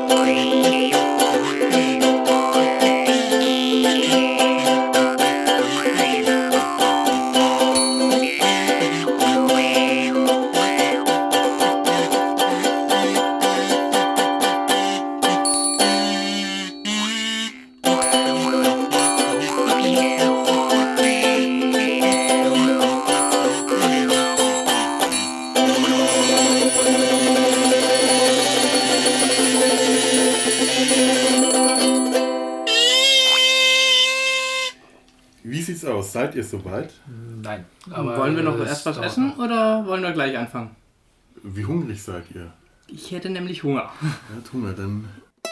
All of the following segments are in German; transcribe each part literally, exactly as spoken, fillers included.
Seid ihr soweit? Nein. Aber wollen wir noch erst was essen oder wollen wir gleich anfangen? Wie hungrig seid ihr? Ich hätte nämlich Hunger. Ja, tun wir dann.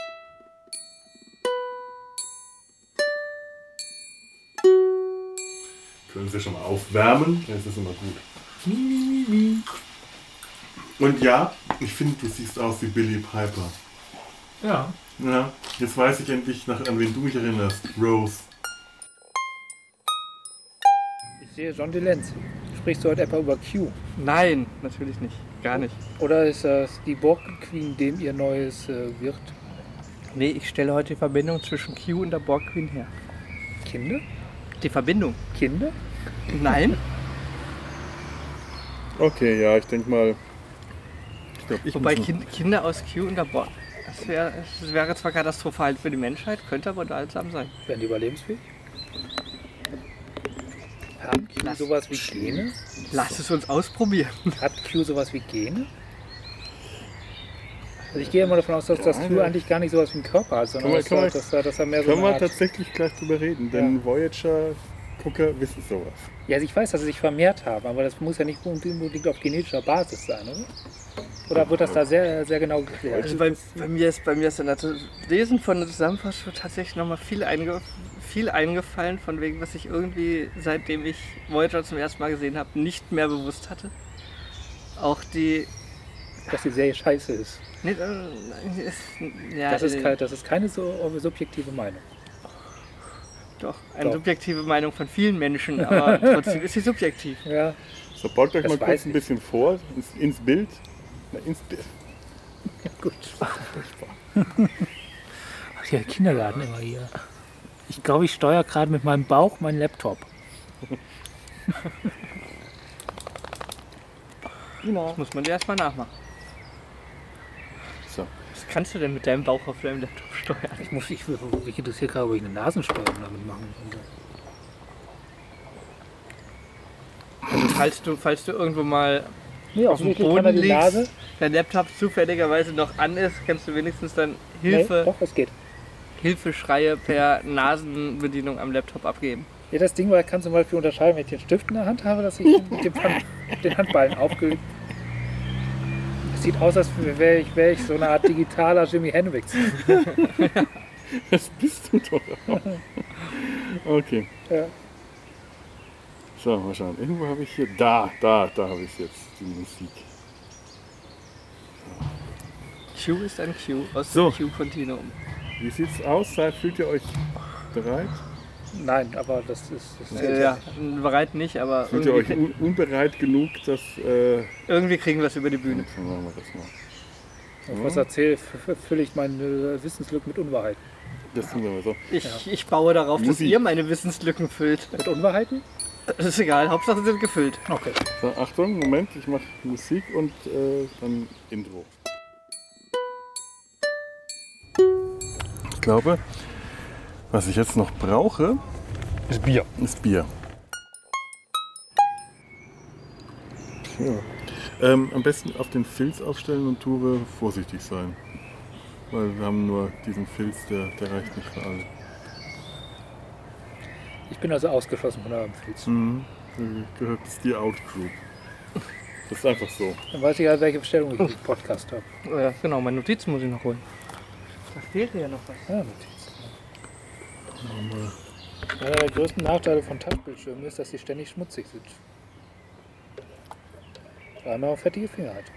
Können Sie schon mal aufwärmen? Das ist immer gut. Und ja, ich finde, du siehst aus wie Billie Piper. Ja. Ja, jetzt weiß ich endlich, nach, an wen du mich erinnerst. Rose. Ich sehe John DeLenz. Sprichst du heute etwa über Q? Nein, natürlich nicht. Gar nicht. Oder ist das die Borg Queen, dem ihr neues äh, wird? Nee, ich stelle heute die Verbindung zwischen Q und der Borg Queen her. Kinder? Die Verbindung? Kinder? Nein. Okay, ja, ich denke mal. Ich glaub, ich Wobei kind, Kinder aus Q und der Borg. Das, wär, das wäre zwar katastrophal für die Menschheit, könnte aber unterhaltsam sein. Wären die überlebensfähig? Haben Q Lass, sowas wie Gene? Lass es uns ausprobieren. Hat Q sowas wie Gene? Also ich gehe immer davon aus, dass das Q eigentlich gar nicht sowas wie einen Körper hat, sondern wir, dass, wir, dass, dass er mehr so Können wir Art tatsächlich gleich drüber reden, denn ja. Voyager-Gucker wissen sowas. Ja, also ich weiß, dass sie sich vermehrt haben, aber das muss ja nicht unbedingt auf genetischer Basis sein, oder? Oder wird das da sehr, sehr genau geklärt? Also bei, bei mir ist bei mir ist in der Lesen von der Zusammenfassung tatsächlich nochmal viel, einge, viel eingefallen, von wegen, was ich irgendwie, seitdem ich Voyager zum ersten Mal gesehen habe, nicht mehr bewusst hatte. Auch die... Dass die Serie scheiße ist. Nee, äh, ist, ja, das, ist äh, kein, das ist keine so subjektive Meinung. Doch, eine Doch. subjektive Meinung von vielen Menschen, aber trotzdem ist sie subjektiv. Ja. So, baut euch Das mal kurz ein bisschen vor, ins, ins Bild. Na, ins Bild. Ja, gut. Ach, der Kindergarten immer hier. Ich glaube, ich steuere gerade mit meinem Bauch meinen Laptop. Genau. Das muss man dir erstmal nachmachen. So. Was kannst du denn mit deinem Bauch auf deinem Laptop steuern? Ich muss, ich, ich interessiere gerade, ob ich eine Nasensteuerung damit machen könnte. Also falls du, falls du irgendwo mal nee, auf dem Boden liegst, dein Laptop zufälligerweise noch an ist, kannst du wenigstens dann Hilfe, nee, doch, es geht. Hilfeschreie per Nasenbedienung am Laptop abgeben. Ja, das Ding war, ich kann zum Beispiel unterscheiden, wenn ich den Stift in der Hand habe, dass ich mit dem Hand, den Handballen aufge... Es sieht aus, als wäre ich, wär ich so eine Art digitaler Jimi Hendrix. Das bist du doch auch. Okay. Ja. So, mal schauen. Irgendwo habe ich hier... Da, da, da habe ich jetzt die Musik. So. Q ist ein Q aus so. dem Q-Kontinuum. Wie sieht's aus? Fühlt ihr euch bereit? Nein, aber das ist... Das äh, ja, bereit nicht, aber... Fühlt ihr euch un unbereit genug, dass... Äh irgendwie kriegen wir es über die Bühne. Dann machen wir das mal. Wenn ich was erzähle, fülle ich meine Wissenslücken mit Unwahrheiten. Das tun wir mal so. Ich, ja. ich baue darauf, Musik. dass ihr meine Wissenslücken füllt. Mit Unwahrheiten? Das ist egal, Hauptsache sie sind gefüllt. Okay. So, Achtung, Moment, ich mache Musik und äh, dann Intro. Ich glaube, was ich jetzt noch brauche, ist Bier. Ist Bier. Ja. Ähm, am besten auf den Filz aufstellen und Ture vorsichtig sein. Weil wir haben nur diesen Filz, der, der reicht nicht für alle. Ich bin also ausgeschlossen von eurem Filz. Mhm. Gehört bis die Out Group. Das ist einfach so. Dann weiß ich ja, welche Bestellung ich im Podcast habe. Oh ja, genau, meine Notizen muss ich noch holen. Da fehlt ja noch was. Ja, Notizen. Einer der größten Nachteile von Touchbildschirmen ist, dass sie ständig schmutzig sind. Weil man auch fettige Finger hat.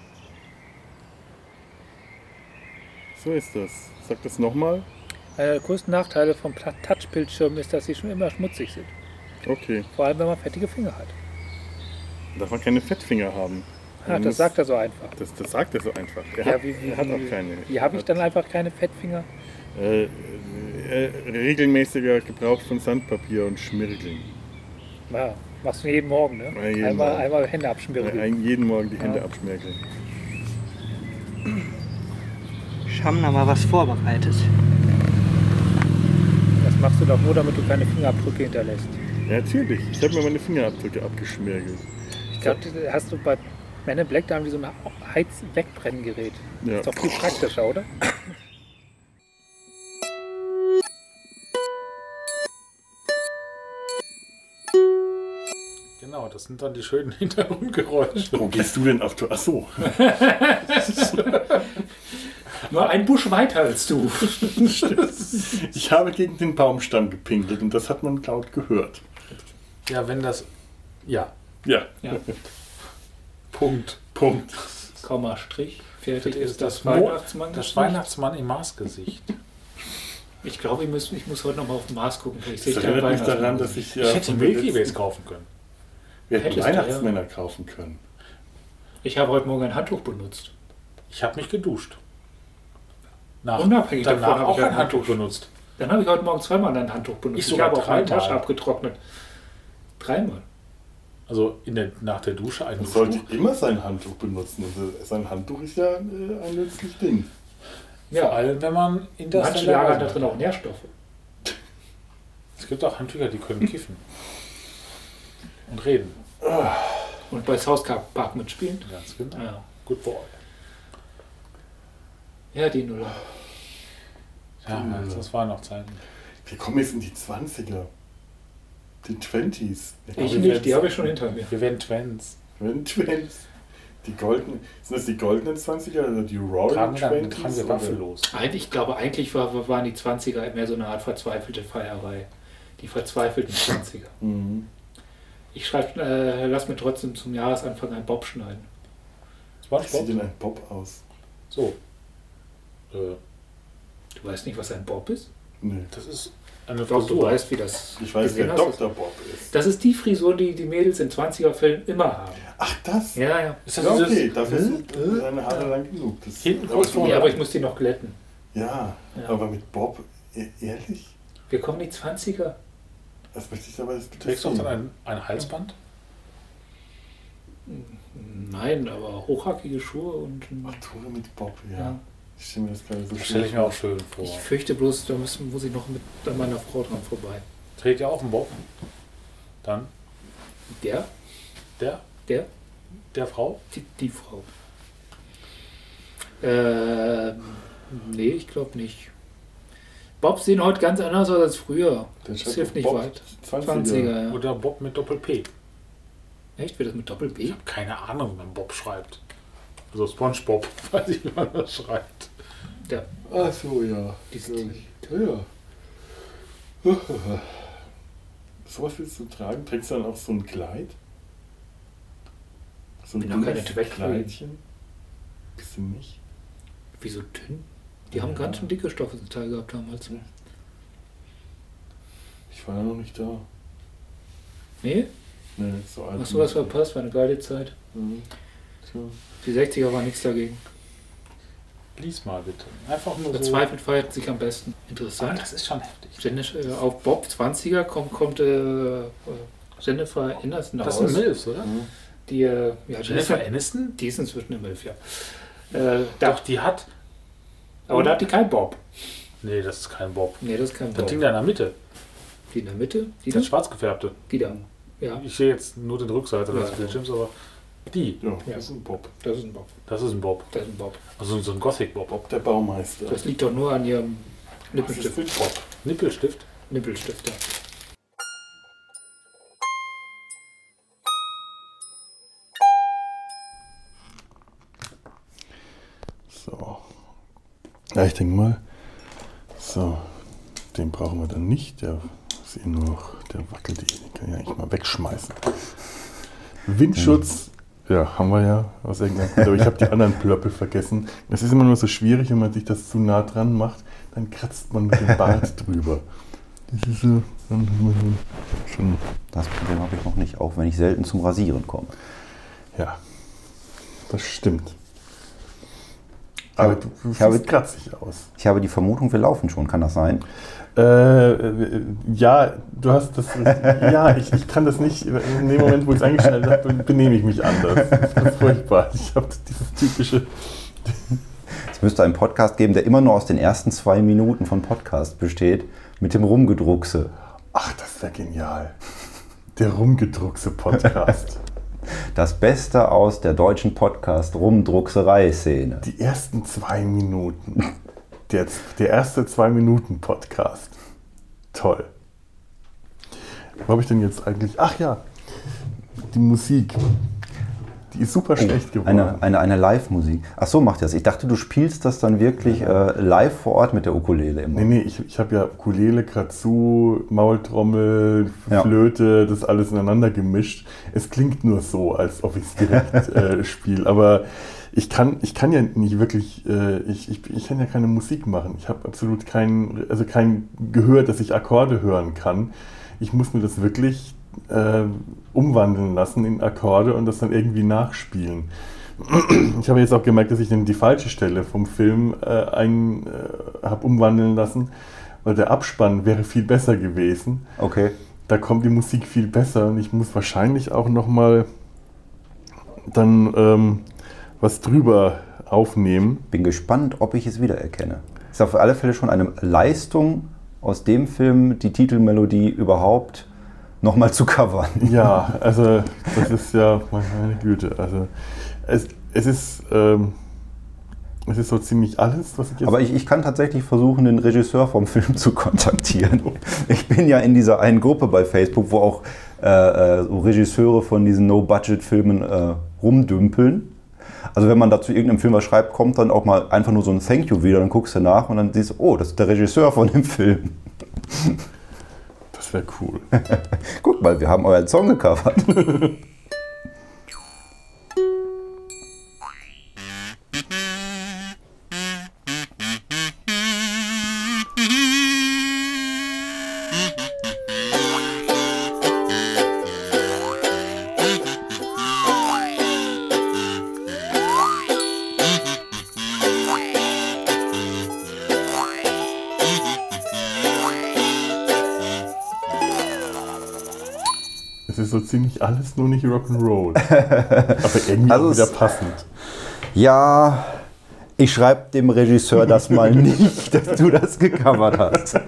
So ist das. Sag das nochmal. Einer der größten Nachteile von Touchbildschirmen ist, dass sie schon immer schmutzig sind. Okay. Vor allem, wenn man fettige Finger hat. Darf man keine Fettfinger haben? Ah, das sagt er so einfach. Das, das sagt er so einfach. Er Ja, hat, wie- wie- er hat wie- auch keine. Wie habe ich dann einfach keine Fettfinger? Äh, äh, regelmäßiger Gebrauch von Sandpapier und Schmirgeln. Ja, machst du jeden Morgen, ne? Ja, jeden einmal, Morgen. einmal Hände abschmirgeln. Ein, jeden Morgen die Hände Ja. abschmirgeln. Ich habe noch mal was vorbereitet. Das machst du doch nur, damit du keine Fingerabdrücke hinterlässt. Ja, natürlich. Ich habe mir meine Fingerabdrücke abgeschmirgelt. Ich glaube, hast du bei Men in Black, da haben die so ein Heiz-Wegbrenngerät. Ja. Ist doch viel praktischer, oder? Genau, das sind dann die schönen Hintergrundgeräusche. Wo gehst du denn auf? Ach so. Nur ein Busch weiter als du. Ich habe gegen den Baumstamm gepinkelt und das hat man laut gehört. Ja, wenn das... Ja, Ja. Ja. Punkt. Punkt. Komma, Strich. Fertig Das ist das Mo- Weihnachtsmann. Das Weihnachtsmann im Marsgesicht. Ich glaube, ich muss, ich muss heute noch mal auf den Mars gucken. Vielleicht sehe Das ich da einen erinnert mich daran, Weihnachtsmann. dass ich... Ich hätte Milky Ways kaufen können. Wir hätten Hättest du, Weihnachtsmänner kaufen können. Ich habe heute Morgen ein Handtuch benutzt. Ich habe mich geduscht. Nach, Unabhängig danach davon habe auch ich ein ein Handtuch Handtuch. benutzt. Dann habe ich heute Morgen zweimal ein Handtuch benutzt. Ich Ich, sogar habe auch meine dreimal. Tasche abgetrocknet. Dreimal. Also in der, nach der Dusche ein Man Duschtuch. sollte immer sein Handtuch benutzen. Also sein Handtuch ist ja äh, ein nützliches Ding. Vor Ja, allem, wenn man in das manche lagern da drin auch Nährstoffe. Es gibt auch Handtücher, die können kiffen. Und reden. Und bei South Park mitspielen. Ganz genau. Ja, Good boy. ja die Nuller. Ja, Ja. das waren noch Zeiten. Wir kommen jetzt in die zwanziger. Die Twenties. Ich nicht, die habe ich schon hinter mir. Wir werden Twins. Wenn Twenties. Die goldenen, sind das die goldenen zwanziger oder die Roaring Tragen wir, dann, Twenties? tragen wir oder? Waffe los. Eigentlich, ich glaube, eigentlich war, waren die zwanziger mehr so eine Art verzweifelte Feierei. Die verzweifelten zwanziger. Mhm. Ich schreibe, äh, lass mir trotzdem zum Jahresanfang einen Bob schneiden. Wie sieht SpongeBob? denn ein Bob aus? So. Äh, Du weißt nicht, was ein Bob ist? Nee. das ist eine Doch, du Frisur. weißt, wie das Ich weiß, gesehen wer hast. Doktor Bob ist. Das ist die Frisur, die die Mädels in zwanziger-Filmen immer haben. Ach, das? Ja, ja. Ist das Ja, okay, dieses- dafür Äh, sind äh, deine Haare lang genug. Das, Hinten aber kurz so- vorne. Ja, aber ich muss die noch glätten. Ja, Ja. aber mit Bob, e- ehrlich? Wir kommen in die zwanziger. Das möchte ich aber jetzt bitte Trägst du auch sehen. dann ein, ein Halsband? Nein, aber hochhackige Schuhe und. Ach, Tour mit Bob, ja. Ja. Ich stelle mir das gerade so Das stelle ich mir auch schön vor. Ich fürchte bloß, da müssen, muss ich noch mit meiner Frau dran vorbei. Trägt ihr auch einen Bob? Dann Der? der, Der? der Frau? Die, die Frau. Äh, nee, ich glaube nicht. Bobs sehen heute ganz anders aus als früher. Der Das schreibt hilft doch nicht Bob weit. zwanziger. zwanziger, ja. Oder Bob mit Doppel-P? Echt? Wird das mit Doppel-B? Ich habe keine Ahnung, wie man Bob schreibt. Also SpongeBob, weiß ich, wie man das schreibt. Der. Ach so, ja. Die ist Natürlich. Ja, ja. So was willst du tragen? Trägst du dann auch so ein Kleid? So ein Bin doch keine dünnes Twag Queen. Kleidchen? Bist du nicht? Wieso dünn? Die haben Ja. ganz schön dicke Stoffe zum Teil gehabt damals. Ich war ja noch nicht da. Nee? Nee, so alt. Hast du was verpasst? War eine geile Zeit. Mhm. Tja. Die sechziger war nichts dagegen. Lies mal bitte. Einfach nur so. Verzweifelt feiert sich am besten. Ah, Interessant. das ist schon heftig. Jennifer, äh, auf Bob zwanziger kommt, kommt äh, äh, Jennifer Aniston Das raus. sind Milfs, oder? Mhm. Die, äh, ja, Jennifer Aniston? Die ist inzwischen eine Milf, ja. Äh, da, Doch, die hat... aber da hat die kein Bob. Nee, das ist kein Bob. Nee, das ist kein Das Bob. Ding da in der Mitte. Die in der Mitte? Die da? Das schwarz gefärbte. Die da. Ja, Ich sehe jetzt nur den Rückseite Ja. des Bildschirms, aber die, Ja, Ja. das ist ein Bob. das ist ein Bob. das ist ein Bob. Das ist ein Bob. Also so ein Gothic-Bob. Bob der Baumeister. Das liegt doch nur an ihrem Was ist Lippenstift. für ein Bob? Nippelstift. Nippelstift, ja. So. Ja, ich denke mal, so, den brauchen wir dann nicht. Der ist eh nur noch, der wackelt eh. Den kann ich eigentlich mal wegschmeißen. Windschutz, ja, haben wir ja aus irgendeinem Grund, aber ich habe die anderen Plöppel vergessen. Das ist immer nur so schwierig, wenn man sich das zu nah dran macht, dann kratzt man mit dem Bart drüber. Das ist so, dann haben wir so schon, Das Problem habe ich noch nicht, auch wenn ich selten zum Rasieren komme. ja. Das stimmt. Aber du, du ich habe, siehst kratzig aus. Ich habe die Vermutung, wir laufen schon. Kann das sein? Äh, ja, du hast das. Ja, ich, ich kann das nicht. In dem Moment, wo ich es eingeschaltet habe, benehme ich mich anders. Das ist furchtbar. Ich habe dieses typische. Es müsste einen Podcast geben, der immer nur aus den ersten zwei Minuten von Podcast besteht, mit dem Rumgedruckse. Ach, das wäre genial. Der Rumgedruckse Podcast. Das Beste aus der deutschen Podcast-Rumdruckserei-Szene. Die ersten zwei Minuten. Der, der erste Zwei-Minuten-Podcast. Toll. Wo habe ich denn jetzt eigentlich? Ach ja, die Musik. Die ist super schlecht geworden. Eine, eine, eine Live-Musik. Ach so, macht das. Ich dachte, du spielst das dann wirklich äh, live vor Ort mit der Ukulele immer. Nee, nee, ich, ich habe ja Ukulele, Kazoo, Maultrommel, Ja. Flöte, das alles ineinander gemischt. Es klingt nur so, als ob ich es direkt äh, spiele. Aber ich kann, ich kann ja nicht wirklich, äh, ich, ich, ich kann ja keine Musik machen. Ich habe absolut kein, also kein Gehör, dass ich Akkorde hören kann. Ich muss mir das wirklich äh, umwandeln lassen in Akkorde und das dann irgendwie nachspielen. Ich habe jetzt auch gemerkt, dass ich dann die falsche Stelle vom Film äh, ein, äh, habe umwandeln lassen, weil der Abspann wäre viel besser gewesen. Okay. Da kommt die Musik viel besser und ich muss wahrscheinlich auch nochmal dann ähm, was drüber aufnehmen. Bin gespannt, ob ich es wiedererkenne. Ist auf alle Fälle schon eine Leistung aus dem Film, die Titelmelodie überhaupt nochmal zu covern. Ja, also das ist ja, meine Güte, also es, es ist ähm, es ist so ziemlich alles, was ich jetzt... Aber ich, ich kann tatsächlich versuchen, den Regisseur vom Film zu kontaktieren. Ich bin ja in dieser einen Gruppe bei Facebook, wo auch äh, so Regisseure von diesen No-Budget-Filmen äh, rumdümpeln. Also wenn man dazu irgendeinem Film was schreibt, kommt dann auch mal einfach nur so ein Thank You wieder, dann guckst du nach und dann siehst du, oh, das ist der Regisseur von dem Film. Das wäre cool. Guck mal, wir haben euren Song gecovert. Es ist so ziemlich alles, nur nicht Rock'n'Roll. Aber irgendwie Also auch wieder es- passend. Ja, ich schreibe dem Regisseur das mal nicht, dass du das gecovert hast.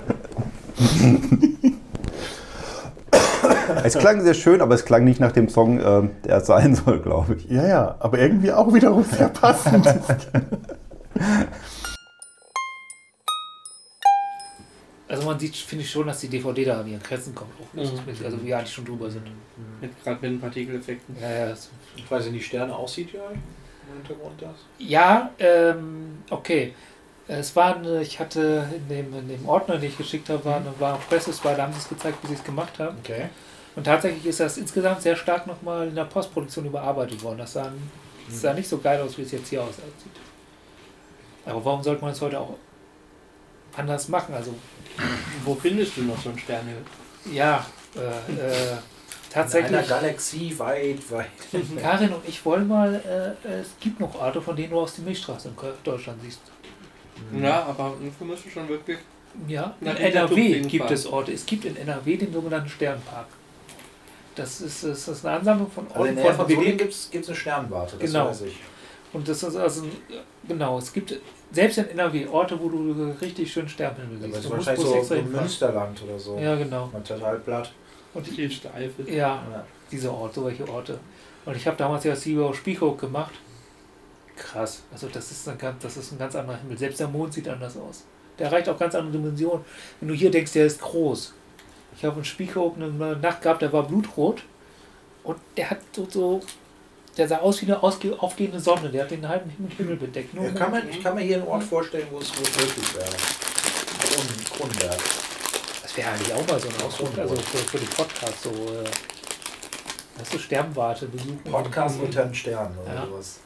Es klang sehr schön, aber es klang nicht nach dem Song, äh, der es sein soll, glaube ich. Ja, ja, aber irgendwie auch wiederum sehr passend. Also man sieht, finde ich schon, dass die D V D da an ihren Grenzen kommt. Auch. Das ist mit- Also wir eigentlich schon drüber sind. Mit, gerade mit den Partikeleffekten. Ja, ja, das, Ich weiß nicht, wie die Sterne aussieht, ja, im Hintergrund das. ja ähm, okay. Es war eine, ich hatte in dem, in dem Ordner, den ich geschickt habe, war eine war Presseswahl, da haben sie es gezeigt, wie sie es gemacht haben. Okay. Und tatsächlich ist das insgesamt sehr stark nochmal in der Postproduktion überarbeitet worden. Das sah, das sah nicht so geil aus, wie es jetzt hier aussieht. Aber warum sollte man es heute auch anders machen? Also, Wo findest du noch so einen Sterne? ja, äh, äh, In tatsächlich. einer Galaxie weit, weit. Karin und ich wollen mal, äh, es gibt noch Orte, von denen du aus die Milchstraße in Deutschland siehst. Ja, aber dafür musst du schon wirklich. Ja, in Nach N R W Hintertupfingen gibt fahren. es Orte. Es gibt in N R W den sogenannten Sternpark. Das ist, das ist eine Ansammlung von Also in Orten der Nähe von von Solingen Belegen. gibt es eine Sternwarte, das Genau. weiß ich. Und das ist also, genau, es gibt selbst in N R W Orte, wo du richtig schön Sternhimmel Das siehst. ist Du musst wahrscheinlich bloß so, extra so hinfahren. Münsterland oder so. Ja, genau. Und total platt. Und ich, Die Eifel. ja, Ja. diese Orte, solche Orte. Und ich habe damals ja Seagull Spichhoek gemacht. Krass. Also das ist, ein ganz, das ist ein ganz anderer Himmel. Selbst der Mond sieht anders aus. Der erreicht auch ganz andere Dimensionen. Wenn du hier denkst, der ist groß. Ich habe in Spichhoek eine Nacht gehabt, der war blutrot. Und der hat so, so der sah aus wie eine ausge- aufgehende Sonne. Der hat den halben Himmel, Himmel bedeckt. Nur Ja, kann man, ich kann mir hier einen Ort vorstellen, wo es wo es möglich wäre. Kronen- Kronenberg. Das wäre eigentlich auch mal so ein Ausdruck, also für, für den Podcast so. Äh, weißt du, Sternwarte besuchen. Podcast unter den Sternen oder Ja. sowas.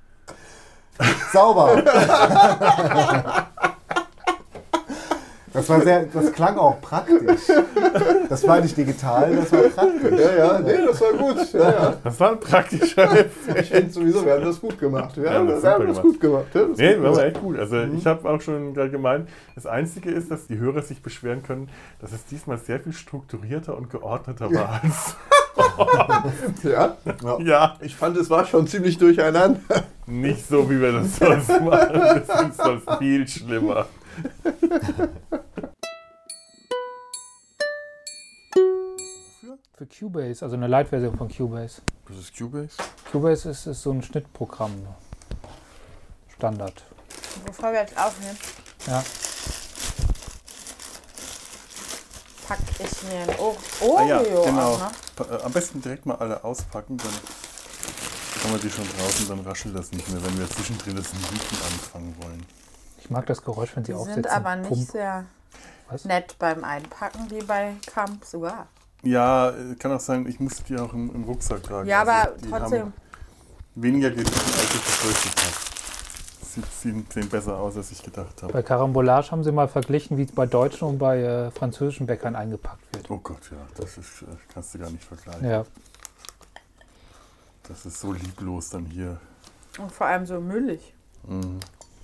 Sauber. Das war sehr, das klang auch praktisch. Das war nicht digital, das war praktisch. Ja, ja, nee, das war gut. Ja, ja. Das war ein praktischer Effekt. Ich finde sowieso, wir haben das gut gemacht. Wir Ja, haben das das, wir super haben das gemacht. gut gemacht. Ja, das Nee, gut war aber gemacht. echt gut. Also ich habe auch schon gerade gemeint, das Einzige ist, dass die Hörer sich beschweren können, dass es diesmal sehr viel strukturierter und geordneter war als. Ja? Ja, Ich fand, es war schon ziemlich durcheinander. nicht so, wie wir das sonst machen. Das ist sonst viel schlimmer. Für Cubase, also eine Light-Version von Cubase. Das ist Cubase? Cubase ist, ist so ein Schnittprogramm. Standard. Bevor wir jetzt aufnehmen, Ja. pack ich mir ein O- Oreo Ah ja, genau. auf, ne? Pa- äh, Am besten direkt mal alle auspacken, dann haben wir die schon draußen, dann raschelt das nicht mehr, wenn wir zwischendrin das Mieten anfangen wollen. Ich mag das Geräusch, wenn sie Die aufsetzen. sind aber nicht Pump. sehr Was? nett beim Einpacken, wie bei Camp sogar. Ja, äh, kann auch sein, ich muss die auch im, im Rucksack tragen. Ja, Also, aber die trotzdem. haben weniger Gewicht, als ich befürchtet habe. Sie sehen, sehen besser aus, als ich gedacht habe. Bei Carambolage haben sie mal verglichen, wie es bei deutschen und bei äh, französischen Bäckern eingepackt wird. Oh Gott, ja, das ist, äh, kannst du gar nicht vergleichen. Ja. Das ist so lieblos dann hier. Und vor allem so müllig. Mhm.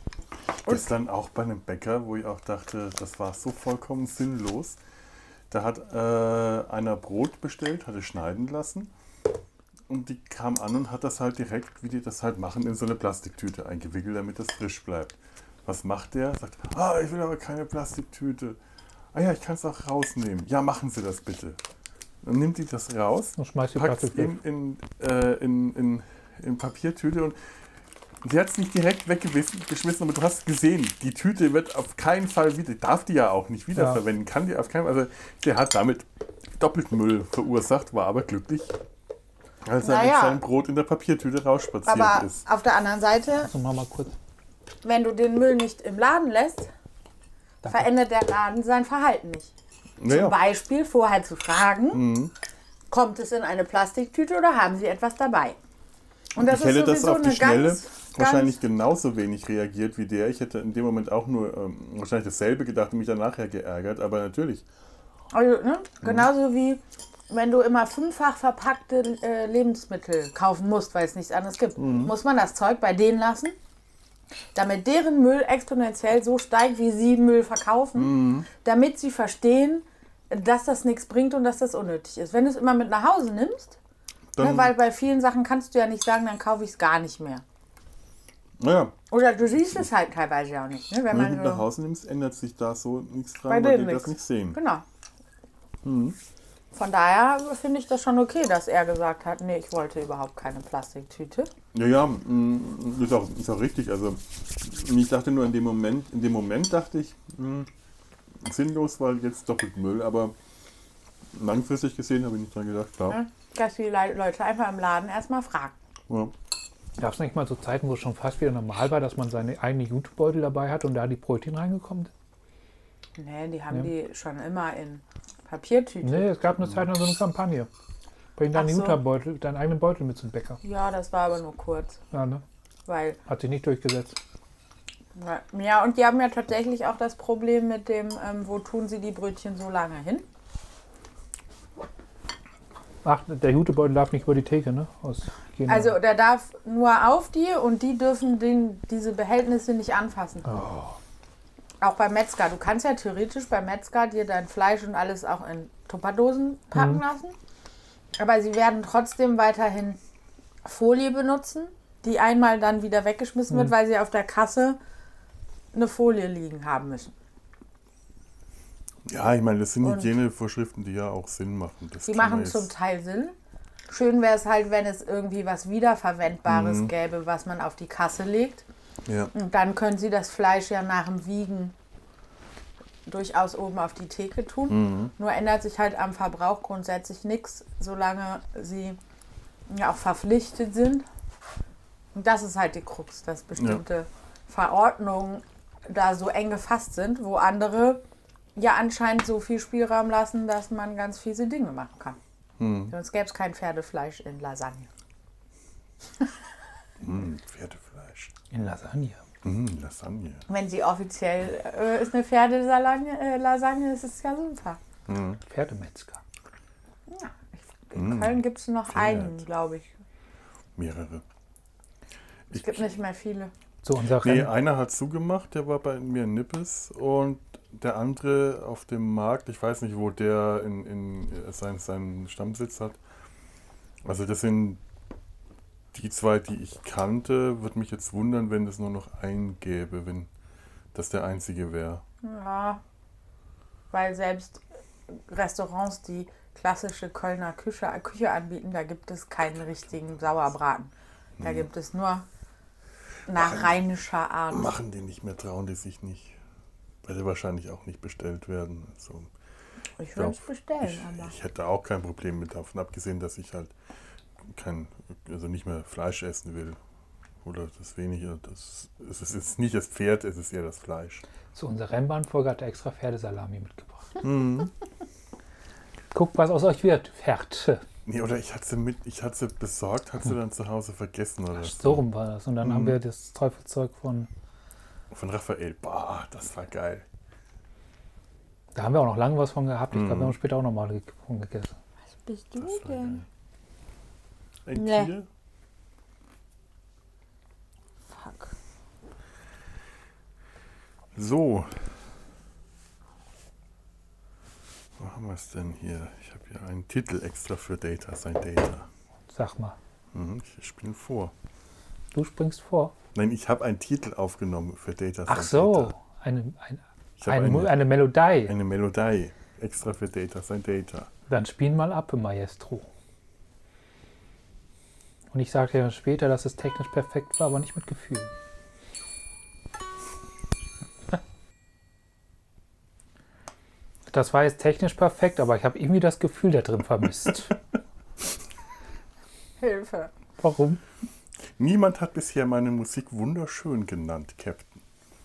Gestern auch bei einem Bäcker, wo ich auch dachte, das war so vollkommen sinnlos. Da hat äh, einer Brot bestellt, hatte schneiden lassen und die kam an und hat das halt direkt, wie die das halt machen, in so eine Plastiktüte eingewickelt, damit das frisch bleibt. Was macht der? Sagt, ah, ich will aber keine Plastiktüte. Ah ja, ich kann es auch rausnehmen. Ja, machen Sie das bitte. Dann nimmt die das raus, Und schmeißt die packt es Plastik weg. in, in, äh, in, in, in Papiertüte und sie hat es nicht direkt weggeschmissen, geschmissen, aber du hast gesehen, die Tüte wird auf keinen Fall wieder, darf die ja auch nicht wiederverwenden, kann die auf keinen Fall, also der hat damit doppelten Müll verursacht, war aber glücklich, als er Naja. mit seinem Brot in der Papiertüte rausspaziert Aber ist. auf der anderen Seite, Also mach mal kurz. wenn du den Müll nicht im Laden lässt, Danke. verändert der Laden sein Verhalten nicht. Zum Naja, Beispiel vorher zu fragen, mhm. kommt es in eine Plastiktüte oder haben Sie etwas dabei? Und das ich hätte ist das sowieso auf die eine Schnelle ganz, wahrscheinlich ganz, genauso wenig reagiert wie der. Ich hätte in dem Moment auch nur ähm, wahrscheinlich dasselbe gedacht und mich dann nachher geärgert, aber natürlich. also, ne, genauso wie wenn du immer fünffach verpackte äh, Lebensmittel kaufen musst, weil es nichts anderes gibt, muss man das Zeug bei denen lassen, damit deren Müll exponentiell so steigt, wie sie Müll verkaufen, damit sie verstehen, dass das nichts bringt und dass das unnötig ist. Wenn du es immer mit nach Hause nimmst, Dann, ne, weil bei vielen Sachen kannst du ja nicht sagen, dann kaufe ich es gar nicht mehr. naja, Oder du siehst es halt teilweise auch nicht. Ne, wenn wenn du man mit nach so, Hause nimmst, ändert sich da so nichts dran, Bei weil denen die das nichts. nicht sehen. genau. Mhm. Von daher finde ich das schon okay, dass er gesagt hat, nee, ich wollte überhaupt keine Plastiktüte. Ja, ja, mh, ist auch, ist auch richtig. Also ich dachte nur in dem Moment, in dem Moment dachte ich, mh, sinnlos, weil jetzt doppelt Müll, aber langfristig gesehen habe ich nicht dran gedacht, klar. Ne? Dass die Le- Leute einfach im Laden erstmal fragen. Ja. Gab es nicht mal so Zeiten, wo es schon fast wieder normal war, dass man seine eigene Jutebeutel dabei hat und da die Brötchen reingekommen sind? Nee, die haben Ja. die schon immer in Papiertüten. Nee, es gab eine Zeit lang so eine Kampagne. Bring deinen Ach so. Jutebeutel, deinen eigenen Beutel mit zum Bäcker. Ja, das war aber nur kurz. Ja, ne? Weil, Hat sich nicht durchgesetzt. ja, und die haben ja tatsächlich auch das Problem mit dem, ähm, wo tun sie die Brötchen so lange hin? Ach, der Jutebeutel darf nicht über die Theke, ne? Aus Hygiene- Also der darf nur auf die und die dürfen den, diese Behältnisse nicht anfassen. Oh. Auch beim Metzger. Du kannst ja theoretisch beim Metzger dir dein Fleisch und alles auch in Tupperdosen packen Mhm. lassen. Aber sie werden trotzdem weiterhin Folie benutzen, die einmal dann wieder weggeschmissen wird, Mhm. weil sie auf der Kasse eine Folie liegen haben müssen. Ja, ich meine, das sind Und- Hygienevorschriften, die ja auch Sinn machen. Das Die kann man machen jetzt- zum Teil Sinn. Schön wäre es halt, wenn es irgendwie was Wiederverwendbares Mhm. gäbe, was man auf die Kasse legt. Ja. Und dann können sie das Fleisch ja nach dem Wiegen durchaus oben auf die Theke tun. Mhm. Nur ändert sich halt am Verbrauch grundsätzlich nichts, solange sie ja auch verpflichtet sind. Und das ist halt die Krux, dass bestimmte Verordnungen da so eng gefasst sind, wo andere ja anscheinend so viel Spielraum lassen, dass man ganz fiese Dinge machen kann. Mhm. Sonst gäbe es kein Pferdefleisch in Lasagne. Mhm, Pferdefleisch. In Lasagne. Hm, Lasagne. Wenn sie offiziell äh, ist eine Pferdelasagne, äh, Lasagne, ist es ja super. Hm. Pferdemetzger. Ja, ich, in Mm. Köln gibt es noch Pferd. einen, glaube ich. Mehrere. Es gibt nicht mehr viele. So, unser Nee, Rennen. einer hat zugemacht, der war bei mir in Nippes und der andere auf dem Markt, ich weiß nicht, wo der in, in äh, sein, seinen Stammsitz hat. Also das sind die zwei, die ich kannte. Würde mich jetzt wundern, wenn es nur noch einen gäbe, wenn das der einzige wäre. Ja, weil selbst Restaurants, die klassische Kölner Küche, Küche anbieten, da gibt es keinen richtigen Sauerbraten. Da gibt es nur nach rheinischer Art. Machen die nicht mehr, trauen die sich nicht. Werde wahrscheinlich auch nicht bestellt werden. Also, Ich würde es glaub, bestellen, ich, aber. ich hätte auch kein Problem mit davon, abgesehen, dass ich halt kein, also nicht mehr Fleisch essen will. Oder das weniger. Das, es ist jetzt nicht das Pferd, es ist eher das Fleisch. So, unsere Rennbahnfolge hat extra Pferdesalami mitgebracht. Mhm. Guckt, was aus euch wird. Pferd. Nee, oder ich hatte sie mit, ich hatte sie besorgt, hatte sie dann zu Hause vergessen oder So rum war das. Und dann Mhm. haben wir das Teufelzeug von. Von Raphael. Boah, das war geil. Da haben wir auch noch lange was von gehabt. Ich glaube, Mhm. wir haben später auch noch mal ge- von gegessen. Was bist du Das war denn? geil. Ein Nee. Tier? Fuck. So. Wo haben wir es denn hier? Ich habe hier einen Titel extra für Data, sein Data. Sag mal. Mhm, ich spiele vor. Du springst vor. Nein, ich habe einen Titel aufgenommen für Data. Ach sein so. Data. Eine, ein, Ich habe eine, eine, eine Melodie. eine Melodie extra für Data, sein Data. Dann spielen mal ab, Maestro. Und ich sagte ja später, dass es technisch perfekt war, aber nicht mit Gefühl. Das war jetzt technisch perfekt, aber ich habe irgendwie das Gefühl da drin vermisst. Hilfe. Warum? Niemand hat bisher meine Musik wunderschön genannt, Captain.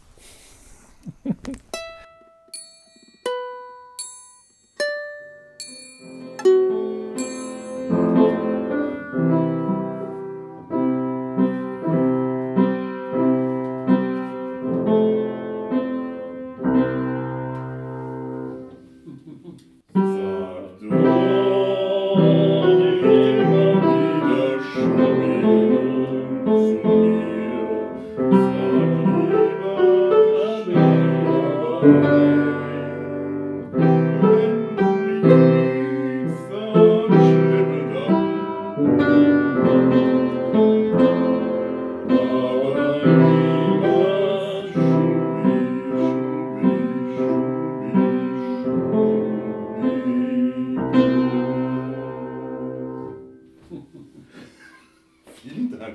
Vielen Dank.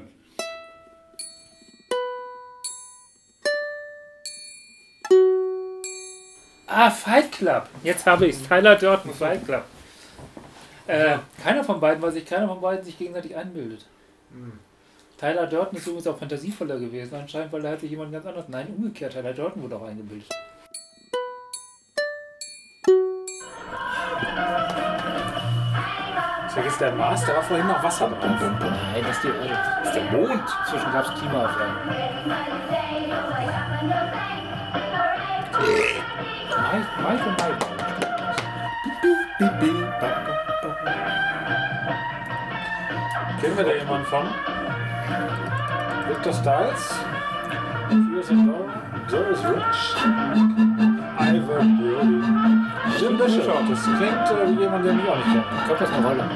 Ah, Fight Club. Jetzt habe ich es. Tyler Durden, Fight Club. Äh, keiner von beiden, weil sich keiner von beiden sich gegenseitig einbildet. Tyler Durden ist übrigens auch fantasievoller gewesen, anscheinend, weil da hat sich jemand ganz anders. Nein, umgekehrt, Tyler Durden wurde auch eingebildet. Vergiss der Mars, da war vorhin noch Wasser drauf. Nein, das ist die Erde. Das ist der Mond. Inzwischen gab es Klimaaufwärmung. Mike, Mike und Mike. Kennen wir da jemanden von? Victor Styles? Fears and Love? Doris Rich? Ivor Brody? Jim Bishop. Das klingt äh, wie jemand, den ich auch nicht kenne. Ich glaube, das ist eine Rolle.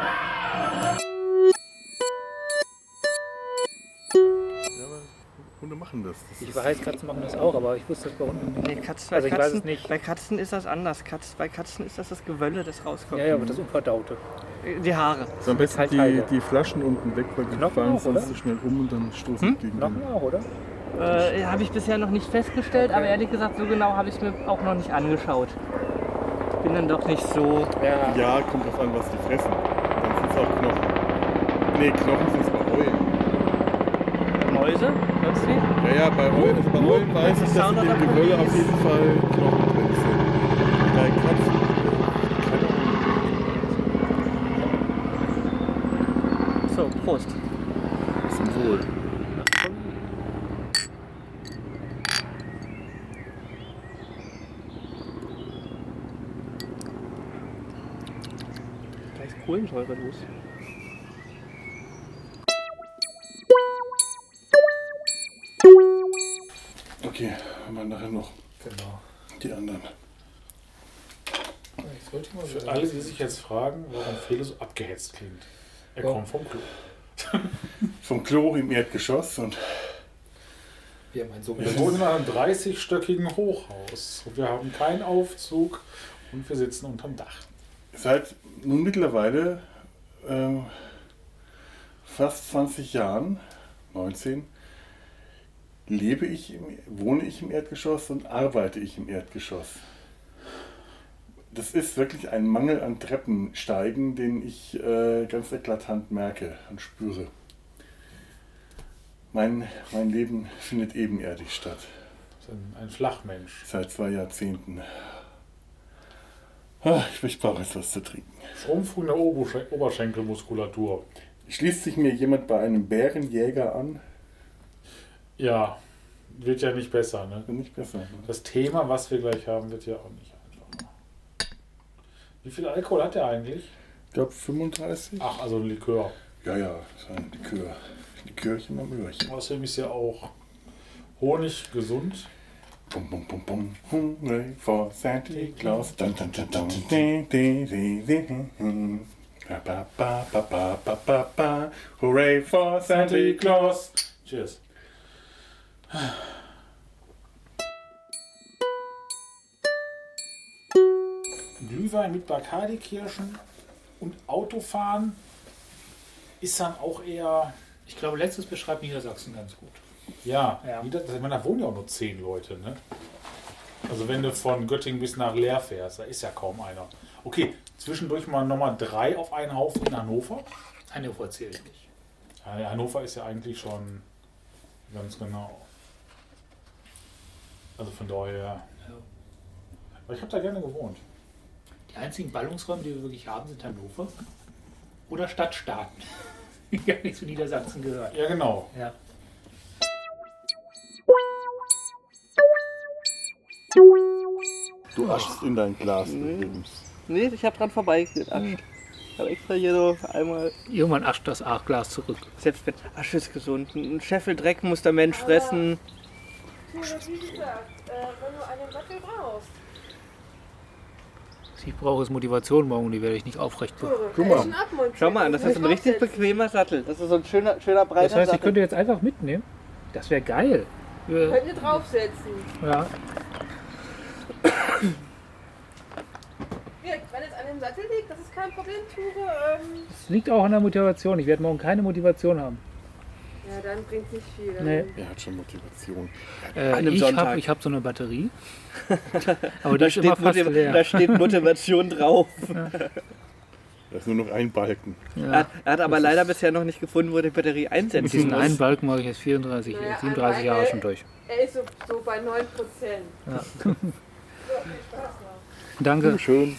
Ja, aber Hunde machen das. das Ich ist- weiß, Katzen machen das auch, aber ich wusste das bei Hunden nicht. Nee, Katzen, Also bei, ich weiß Katzen, es nicht. bei Katzen ist das anders. Katz, bei Katzen ist das das Gewölle, das rauskommt. Ja, ja, aber das Unverdaute. Die Haare. So am besten halt die, Halter. die Flaschen unten weg, weil die Knochen fallen auch, oder? sonst so schnell um und dann stoßen Hm? die gegen Knochen den. auch, oder? Äh, habe ich bisher noch nicht festgestellt, aber ehrlich gesagt, so genau habe ich es mir auch noch nicht angeschaut. Ich bin dann doch nicht so. Ja. Ja, kommt drauf an, was die fressen. Dann sind es auch Knochen. Nee, Knochen sind es bei Eulen. Mäuse? Sonst wie? Ja, ja, bei Eulen, also bei Eulen weiß ich, dass in Sound of dem the Gewölle auf Police. jeden Fall Knochen drin sind. Bei Katzen, keine Ahnung. So, Prost. Zum Wohl. Kohlensäure los? Okay, haben wir nachher noch Genau. die anderen. Ich sollte mal Für alle, die sich jetzt fragen, warum Fele so abgehetzt klingt. Er Ja. kommt vom Klo. Vom Klo im Erdgeschoss und Wir haben ein Wir sogenanntes wohnen in einem dreißigstöckigen Hochhaus. Und wir haben keinen Aufzug und wir sitzen unterm Dach. seit nun mittlerweile ähm, fast zwanzig Jahren, neunzehn, lebe ich, im, wohne ich im Erdgeschoss und arbeite ich im Erdgeschoss. Das ist wirklich ein Mangel an Treppensteigen, den ich äh, ganz eklatant merke und spüre. Mein, mein Leben findet ebenerdig statt, Das ist ein, ein Flachmensch. seit zwei Jahrzehnten. Ah, Ich, ich brauche jetzt was zu trinken. Schrumpfung der Oberschen- Oberschenkelmuskulatur. Schließt sich mir jemand bei einem Bärenjäger an? Ja, wird ja nicht besser. Ne? Bin nicht besser. Ne? Das Thema, was wir gleich haben, wird ja auch nicht einfacher. Wie viel Alkohol hat er eigentlich? Ich glaube fünfunddreißig. Ach, also ein Likör. Ja, ja, das ist ein Likör. Likörchen am Öhrchen. Außerdem ist ja auch Honig gesund. Bum, bum, bum, bum. Hooray for Santa Claus. Dun, dun, dun, dun, dun, dun, dun, dun, dun. Ba, ba, ba, ba, ba, ba, ba, ba. Hooray for Santa Claus. Cheers. Glühwein mit Bacardi-Kirschen und Autofahren ist dann auch eher, Ich glaube, letztes beschreibt Niedersachsen ganz gut. ja, Ja. Nieder- ich meine, da wohnen ja auch nur zehn Leute, ne? Also wenn du von Göttingen bis nach Leer fährst, da ist ja kaum einer. Okay, zwischendurch mal nochmal drei auf einen Haufen in Hannover. Hannover erzähle ich nicht. Ja, Hannover ist ja eigentlich schon ganz genau. Also von daher. Ja. Aber ich habe da gerne gewohnt. Die einzigen Ballungsräume, die wir wirklich haben, sind Hannover oder Stadtstaaten. Die gar nicht zu Niedersachsen gehört. Ja, genau. Ja. Du aschst in dein Glas übrigens. Nee, ich habe dran vorbeigedacht. Ich habe extra hier so einmal, Irgendwann ascht das Aachglas zurück. selbst wenn Asche ist gesund, ein Scheffel Dreck muss der Mensch fressen. Tu das wie gesagt, äh, wenn du einen Sattel brauchst. Ich brauche es Motivation morgen, die werde ich nicht aufrecht bekommen. Guck mal. Schau mal an, das ist ein richtig bequemer Sattel. Das ist so ein schöner, schöner breiter Das heißt, ich Sattel. könnte jetzt einfach mitnehmen. Das wäre geil. Wir- Könnt ihr draufsetzen. Ja. Ja, wenn es an dem Sattel liegt, das ist kein Problem, Ture. Ähm, Es liegt auch an der Motivation. Ich werde morgen keine Motivation haben. ja, dann bringt nicht viel. Dann Nee. Er hat schon Motivation. Äh, einem ich Sonntag. habe ich hab so eine Batterie. Aber die Da ist immer steht, fast Motiv leer. da steht Motivation drauf. Da ist nur noch ein Balken. Er, Ja. hat- er hat aber leider bisher noch nicht gefunden, wo er die Batterie Mit einsetzen diesen muss. einen Balken mache ich jetzt vierunddreißig, Naja, siebenunddreißig Jahre schon durch. Er ist so, so bei neun Prozent. Ja. So, viel Spaß noch. Danke. Schön.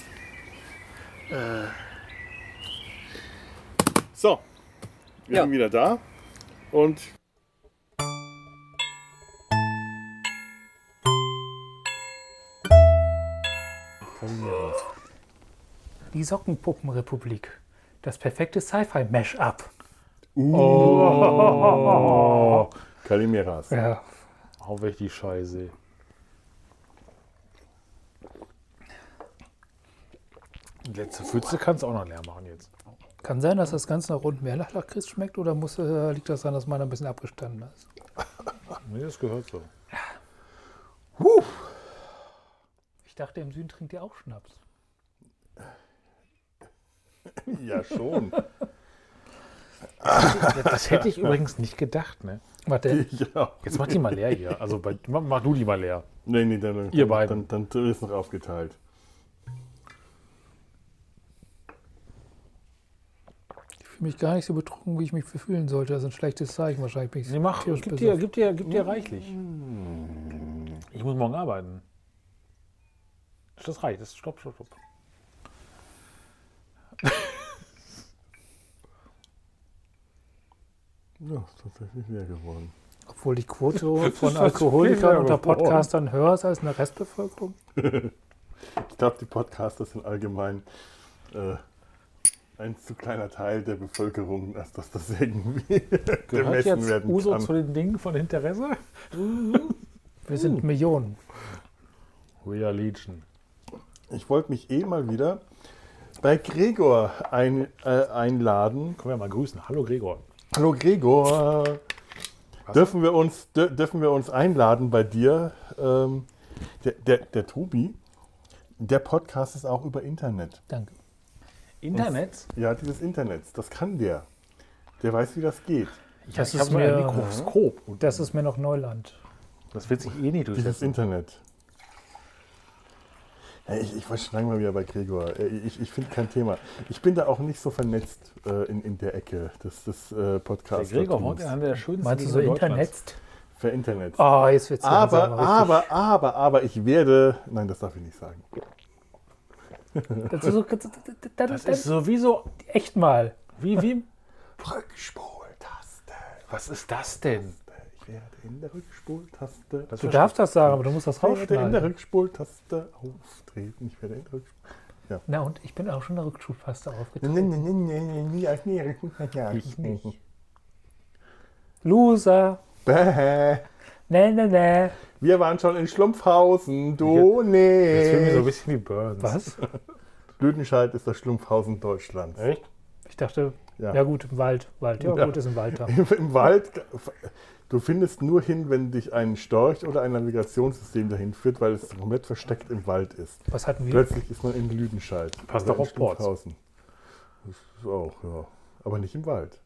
So, wir Ja. sind wieder da und Die Sockenpuppenrepublik. Das perfekte Sci-Fi-Mash-up. oh, Kalimeras. Ja. Hau weg die Scheiße. Die letzte Pfütze kannst du auch noch leer machen jetzt. Kann sein, dass das Ganze nach rund mehr nach Lakritz schmeckt oder muss, äh, liegt das daran, dass meiner ein bisschen abgestanden ist? Nee, das gehört so. Ich dachte, im Süden trinkt ihr auch Schnaps. Ja, schon. Das hätte ich übrigens nicht gedacht, ne? Warte, Ja. Jetzt mach die mal leer hier. Also bei, mach, mach du die mal leer. Nee, nee, dann, dann, Ihr beiden. Dann, dann ist noch aufgeteilt. ich fühle mich gar nicht so betrunken, wie ich mich fühlen sollte. Das ist ein schlechtes Zeichen. Wahrscheinlich bin ich Nee, mach, tierisch gib dir, besoffen. gib dir, gib dir reichlich. Ich muss morgen arbeiten. Das reicht. Das stopp, stopp, stopp. Ja, ist tatsächlich leer geworden. Obwohl die Quote von tatsächlich Alkoholikern leer unter geworden. Podcastern höher ist als in der Restbevölkerung. Ich glaube, die Podcaster sind allgemein äh, ein zu kleiner Teil der Bevölkerung, als dass das irgendwie Gehört gemessen jetzt werden Uso kann. zu den Dingen von Interesse? Wir sind Millionen. We are Legion. Ich wollte mich eh mal wieder bei Gregor ein, äh, einladen. Können wir mal grüßen. Hallo Gregor. Hallo Gregor. Was? Dürfen wir, uns, dür- dürfen wir uns einladen bei dir? Ähm, der, der, der Tobi, der Podcast ist auch über Internet. Danke. Internet? Ja, dieses Internet, das kann der. Der weiß, wie das geht. Ich, Das ich ist habe nur ein mir- Mikroskop. Und Das ist mir noch Neuland. das wird sich eh nicht Dieses durchsetzen. Internet. Ja, ich, ich war schon lange mal wieder bei Gregor. Äh, Ich, ich finde kein Thema. Ich bin da auch nicht so vernetzt äh, in, in der Ecke des, des äh, Der Podcasts. Gregor wohnt in einer der schönsten Meinst du so Gegenden Deutschlands. Internet? Für Internet. Oh, jetzt wird's aber, langsam richtig. aber, aber, aber, ich werde. Nein, das darf ich nicht sagen. Das ist, so, Das ist sowieso echt mal. wie, wie. Rückspultaste. Was ist das denn? Ich werde in der Rückspultaste. Das Du ist darfst das sagen, aber du musst das Ich werde in der rausschneiden. Rückspultaste auftreten. Ich werde in der Rückspultaste. Na und ich bin auch schon in der Rückschulpaste aufgetreten. Nee, nee, nee, nee, nie als Nähere. Ich nicht. Loser. Bäh. Nee, nee, nee. Wir waren schon in Schlumpfhausen, du nee. Das fühlt mich so ein bisschen wie Burns. Was? Lüdenscheid ist das Schlumpfhausen Deutschlands. Echt? Ich dachte, Ja. ja, gut, im Wald. Wald. Ja, Ja. gut, ist im Wald da. Im, Im Wald, du findest nur hin, wenn dich ein Storch oder ein Navigationssystem dahin führt, weil es komplett versteckt im Wald ist. Was hatten wir? Plötzlich ist man in Lüdenscheid. Passt oder doch in auf Ports. Schlumpfhausen. Das ist auch, ja. Aber nicht im Wald.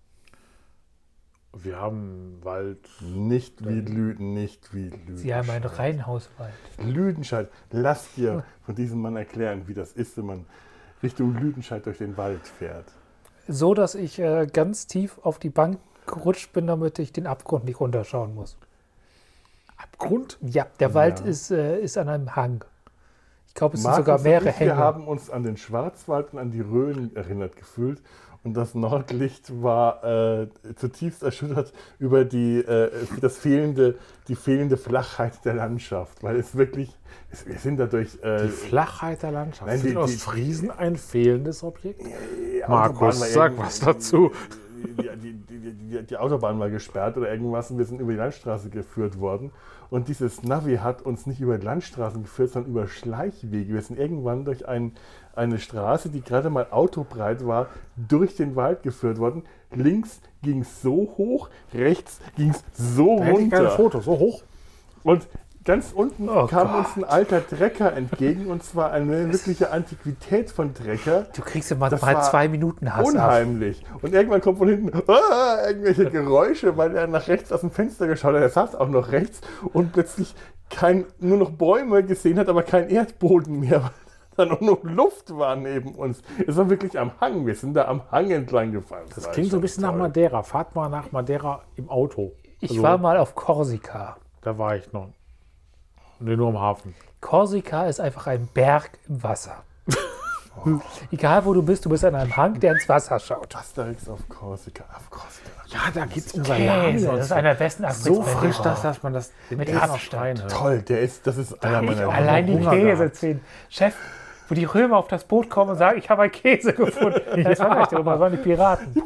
Wir haben Wald. Nicht wie Lüden, nicht wie Lüdenscheid. Sie haben einen Reihenhauswald. Lüdenscheid. Lass dir von diesem Mann erklären, wie das ist, wenn man Richtung Lüdenscheid durch den Wald fährt. So, dass ich äh, ganz tief auf die Bank gerutscht bin, damit ich den Abgrund nicht runterschauen muss. Abgrund? Ja, der Wald Ja. ist, äh, ist an einem Hang. Ich glaube, es sind Markus sogar mehrere und ich, wir Hänge. haben uns an den Schwarzwald und an die Rhön erinnert gefühlt. Und das Nordlicht war äh, zutiefst erschüttert über die, äh, das fehlende, die fehlende Flachheit der Landschaft. Weil es wirklich, es, wir sind dadurch... Äh, Die Flachheit der Landschaft. Nein, die- Sind aus die- Friesen ein fehlendes Objekt? die Markus, Autobahn war sag irgend- was dazu. Die, die, die, die, die Autobahn war gesperrt oder irgendwas und wir sind über die Landstraße geführt worden. Und dieses Navi hat uns nicht über die Landstraßen geführt, sondern über Schleichwege. Wir sind irgendwann durch ein, eine Straße, die gerade mal autobreit war, durch den Wald geführt worden. Links ging es so hoch, rechts ging es so Da hätte ich keine runter. Foto, so hoch. Und ganz unten Oh kam Gott. uns ein alter Trecker entgegen, und zwar eine wirkliche Antiquität von Trecker. Du kriegst immer Das mal war zwei Minuten Hass ab. Unheimlich. Und irgendwann kommt von hinten ah, irgendwelche Geräusche, weil er nach rechts aus dem Fenster geschaut hat. Er saß auch noch rechts und plötzlich kein, nur noch Bäume gesehen hat, aber kein Erdboden mehr. Weil dann nur noch Luft war neben uns. Es war wirklich am Hang. Wir sind da am Hang entlang gefahren. Das war klingt so ein schon bisschen nach toll. Madeira. Fahrt mal nach Madeira im Auto. Ich Also, war mal auf Korsika. Da war ich noch. Nee, nur im Hafen. Korsika ist einfach ein Berg im Wasser. Egal wo du bist, du bist an einem Hang, der ins Wasser schaut. Asterix auf Korsika. Auf Korsika. Ja, da gibt es um Salami. Käse, und das ist so. einer der besten so Asterix-Bände frisch, dass, überhaupt. dass man das Mit Essen auf Abstand. Stein hört. Toll, der ist, das ist einer meiner auch Allein die Hunger gehabt. Käseszenen. Chef, wo die Römer auf das Boot kommen und sagen, ich habe einen Käse gefunden. Das war nicht die Römer, das waren die Piraten.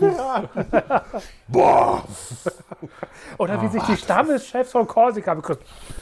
Boah! Oder wie sich die Stammeschefs von Korsika begrüßen.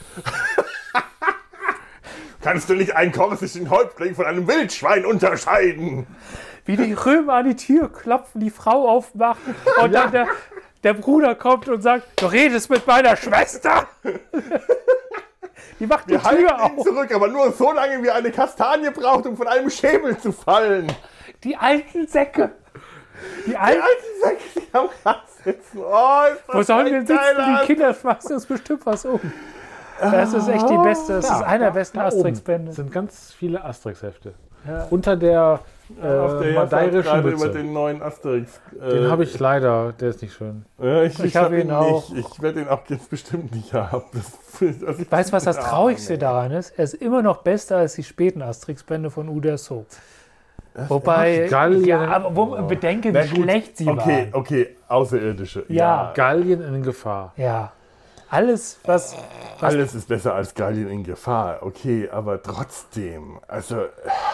Kannst du nicht einen korsischen Häuptling von einem Wildschwein unterscheiden? Wie die Römer an die Tür klopfen, die Frau aufmachen und dann der, der Bruder kommt und sagt, du redest mit meiner Schwester. Die macht die Wir halten Tür ihn auf. zurück, aber nur so lange, wie eine Kastanie braucht, um von einem Schemel zu fallen. Die alten Säcke. Die Die alten, alten Säcke, die am Rad sitzen. Oh, ist das wo sollen wir ein sitzen? geiler Die Kinder schmeißen uns bestimmt was um. Das ist echt die beste, das ist einer der besten Da oben Asterix-Bände. sind ganz viele Asterix-Hefte. Unter der, äh, Auf der Herfahrt madeirischen gerade über Mütze. den neuen Asterix. äh, Den habe ich leider, der ist nicht schön. Ja, ich Ich ich hab hab ihn ihn auch. nicht. Ich werde ihn auch jetzt bestimmt nicht haben. Das, also ich- Weißt du, was das Ah, Traurigste nee. daran ist? Er ist immer noch besser als die späten Asterix-Bände von Uderso. Wobei, Gallien- ja, aber wo, bedenke, wie Na gut, schlecht sie Okay, waren. okay, Außerirdische. Ja. Gallien in Gefahr. Ja, alles, was, Alles ist besser als Gallien in Gefahr. Okay, aber trotzdem. Also,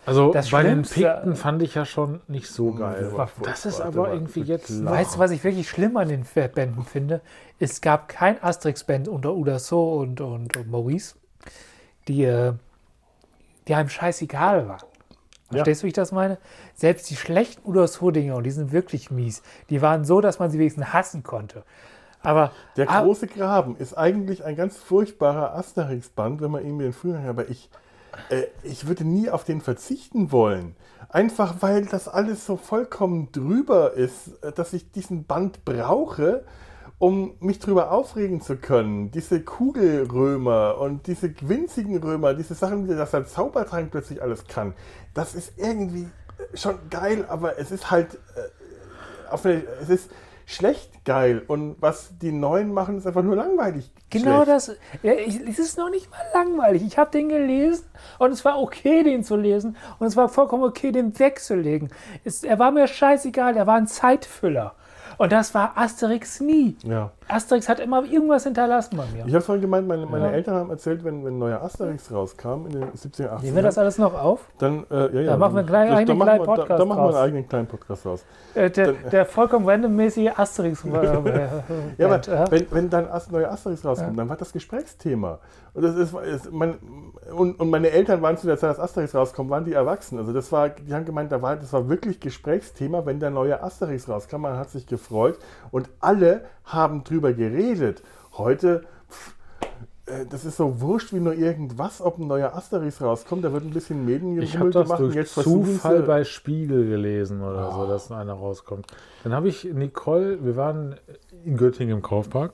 Also Das bei den Schlimmste- Pikten fand ich ja schon nicht so geil. war Das ist furchtbar, aber der war irgendwie jetzt... klar. Weißt du, was ich wirklich schlimm an den Bänden finde? Es gab kein Asterix-Band unter Uderso und, und, und Maurice, die, äh, die einem scheißegal waren. Verstehst du, wie ich das meine? Selbst die schlechten Uderso-Dinger, und die sind wirklich mies, die waren so, dass man sie wenigstens hassen konnte. Aber Der ah, große Graben ist eigentlich ein ganz furchtbarer Asterix-Band, wenn man ihn mir den früher hat. Aber ich, äh, ich würde nie auf den verzichten wollen. Einfach weil das alles so vollkommen drüber ist, äh, dass ich diesen Band brauche, um mich drüber aufregen zu können. Diese Kugelrömer und diese winzigen Römer, diese Sachen, die das der Zaubertrank plötzlich alles kann, das ist irgendwie schon geil, aber es ist halt äh, auf eine, es ist schlecht geil. Und was die Neuen machen, ist einfach nur langweilig. genau schlecht. das. Ja, ich, es ist noch nicht mal langweilig. Ich habe den gelesen und es war okay, den zu lesen. Und es war vollkommen okay, den wegzulegen. Es, er war mir scheißegal, er war ein Zeitfüller. Und das war Asterix nie. Ja. Asterix hat immer irgendwas hinterlassen bei mir. Ich habe vorhin gemeint, meine, meine Ja. Eltern haben erzählt, wenn, wenn ein neuer Asterix rauskam in den siebziger, achtziger, Nehmen wir das alles noch auf? dann, äh, ja, ja, Da machen wir einen kleinen- das- eigenen da machen kleinen wir- da- Podcast Da machen wir draus. einen eigenen kleinen Podcast raus. Äh, der, der vollkommen randommäßige Asterix. Äh, Ja, aber Band, äh. wenn, wenn dann ein neuer Asterix rauskommt, dann war das Gesprächsthema. Und, das ist, ist, mein, und, und meine Eltern waren zu der Zeit, als Asterix rauskommt, waren die erwachsen. Also das war, die haben gemeint, da war, das war wirklich Gesprächsthema, wenn der neue Asterix rauskam. Man hat sich gefreut und alle haben drüber geredet. Heute, pff, äh, das ist so wurscht wie nur irgendwas, ob ein neuer Asterix rauskommt. Da wird ein bisschen Mediengerummel Ich habe das gemacht. durch und jetzt versuchen Zufall sie- bei Spiegel gelesen oder so, dass einer rauskommt. Dann habe ich Nicole, wir waren in Göttingen im Kaufpark,